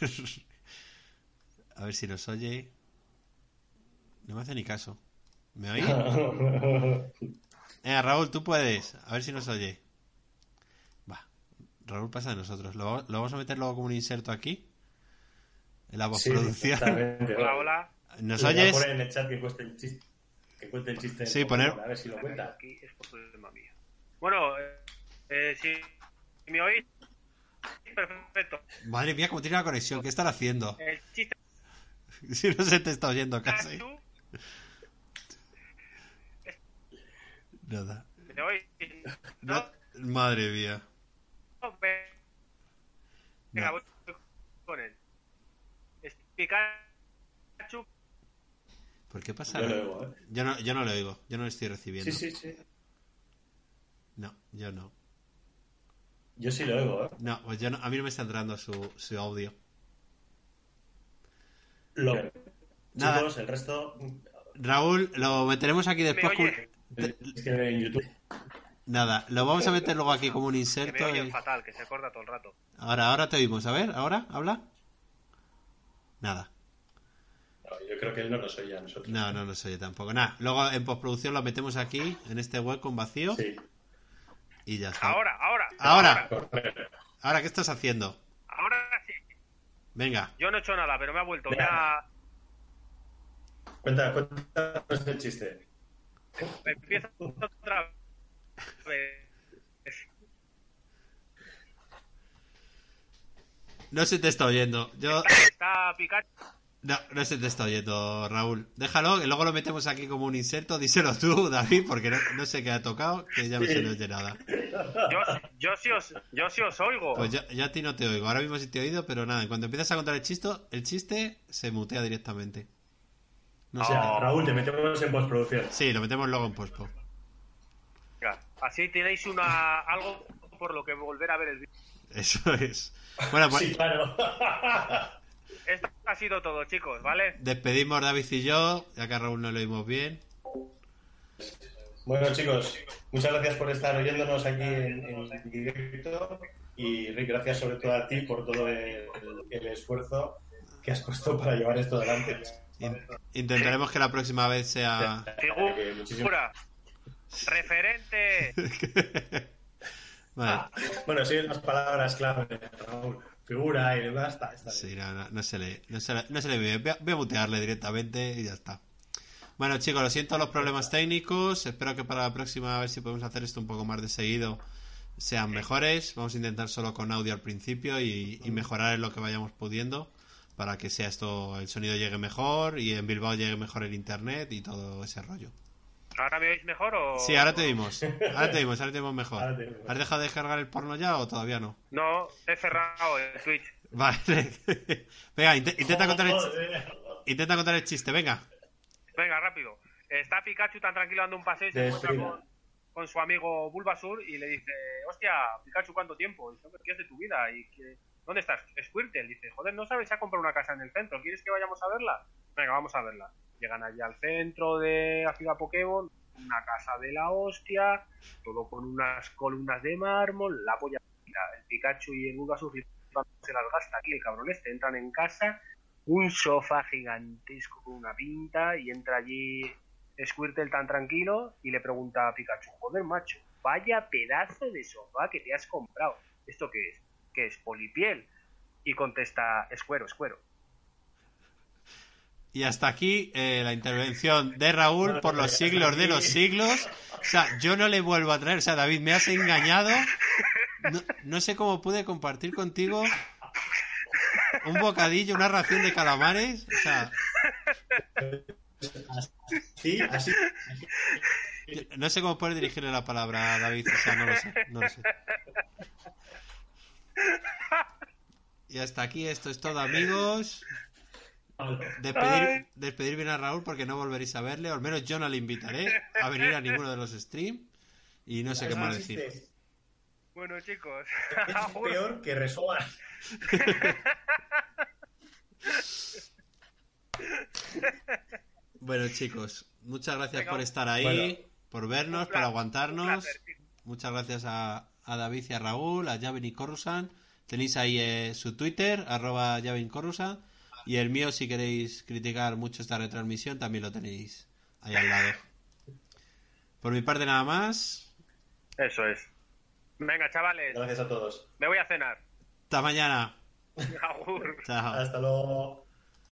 A ver si nos oye. No me hace ni caso. ¿Me oye? Raúl, tú puedes. A ver si nos oye. Va. Raúl pasa de nosotros. Lo vamos a meter luego como un inserto aquí. En la postproducción. Sí, hola. ¿Nos oyes? Poner en el chat que cuente el chiste. Sí, poner. A ver si lo cuenta. Aquí es problema mío. Bueno, si me oís, perfecto. Madre mía, cómo tiene la conexión. ¿Qué están haciendo? El chiste. Si no se te está oyendo casi. Nada. ¿Me oís? ¿No? Madre mía. Venga, voy con él. Pikachu. ¿Por qué pasa? Yo lo oigo, ¿eh? Yo no lo oigo. Yo no lo estoy recibiendo. Sí. No, yo no. Yo sí lo oigo, ¿eh? No, pues yo no, a mí no me está entrando su audio. Nada. Chicos, el resto... Raúl, lo meteremos aquí después. Es que en YouTube... Nada, lo vamos a meter luego aquí como un inserto. Que me oye fatal, que se corta todo el rato. Ahora te oímos. A ver, ahora, habla. Nada. No, yo creo que él no nos oye a nosotros. No nos oye tampoco. Nada, luego en postproducción lo metemos aquí, en este hueco en vacío. Sí. Y ya está. Ahora, ¿qué estás haciendo? Ahora sí. Venga. Yo no he hecho nada, pero me ha vuelto. Cuéntanos el chiste. Empiezo otra vez. No se te está oyendo. Está Pikachu. No se te está oyendo, Raúl. Déjalo, que luego lo metemos aquí como un inserto. Díselo tú, David, porque no sé qué ha tocado, que ya no se nos oye nada. Yo sí os oigo. Pues yo a ti no te oigo. Ahora mismo sí te he oído, pero nada, cuando empiezas a contar el chiste se mutea directamente. No sé. Raúl, te metemos en postproducción. Sí, lo metemos luego en postpo. Así tenéis algo por lo que volver a ver el vídeo. Eso es. Bueno, pues... Sí, claro. Esto ha sido todo, chicos, ¿vale? Despedimos David y yo, ya que a Raúl no lo oímos bien. Bueno, chicos, muchas gracias por estar oyéndonos aquí en directo. Y Rick, gracias sobre todo a ti por todo el esfuerzo que has puesto para llevar esto adelante. Intentaremos que la próxima vez sea... Figura. Referente. Vale. Bueno, siguen las palabras clave, Raúl. Figura y demás. Está sí, no se le ve. Voy a mutearle directamente y ya está. Bueno, chicos, lo siento los problemas técnicos. Espero que para la próxima, a ver si podemos hacer esto un poco más de seguido, sean mejores. Vamos a intentar solo con audio al principio y mejorar en lo que vayamos pudiendo para que sea esto, el sonido llegue mejor y en Bilbao llegue mejor el internet y todo ese rollo. ¿Ahora me oís mejor o...? Sí, ahora te oímos. Ahora te oímos mejor. ¿Has dejado de descargar el porno ya o todavía no? No, he cerrado el Twitch. Vale. Venga, intenta contar el chiste, venga. Venga, rápido. Está Pikachu tan tranquilo dando un paseo y se encuentra con su amigo Bulbasur y le dice, hostia, Pikachu, ¿cuánto tiempo? Dice, ¿qué es de tu vida? ¿Dónde estás? Squirtle. Dice, joder, ¿no sabes? Se ha comprado una casa en el centro. ¿Quieres que vayamos a verla? Venga, vamos a verla. Llegan allí al centro de la ciudad Pokémon, una casa de la hostia, todo con unas columnas de mármol, la polla. El Pikachu y el Bulbasur se las gasta aquí, el cabrón entran en casa, un sofá gigantesco con una pinta, y entra allí Squirtle tan tranquilo y le pregunta a Pikachu, joder, macho, vaya pedazo de sofá que te has comprado. ¿Esto qué es? ¿Qué es? ¿Polipiel? Y contesta, escuero. Y hasta aquí la intervención de Raúl por los siglos de los siglos. O sea, yo no le vuelvo a traer. O sea, David, me has engañado. No sé cómo pude compartir contigo un bocadillo, una ración de calamares. O sea... Así. No sé cómo poder dirigirle la palabra a David. O sea, no lo sé. Y hasta aquí, esto es todo, amigos. Despedir bien a Raúl porque no volveréis a verle, o al menos yo no le invitaré a venir a ninguno de los streams y no sé qué más decir. Bueno, chicos, es peor que Resoa. Bueno, chicos, muchas gracias por estar ahí, por vernos, por aguantarnos. Muchas gracias a David y a Raúl, a Javin y Coruscant. Tenéis ahí su Twitter, @JavinCoruscant. Y el mío, si queréis criticar mucho esta retransmisión, también lo tenéis ahí al lado. Por mi parte, nada más. Eso es. Venga, chavales. Gracias a todos. Me voy a cenar. Hasta mañana. Agur. Chao. Hasta luego.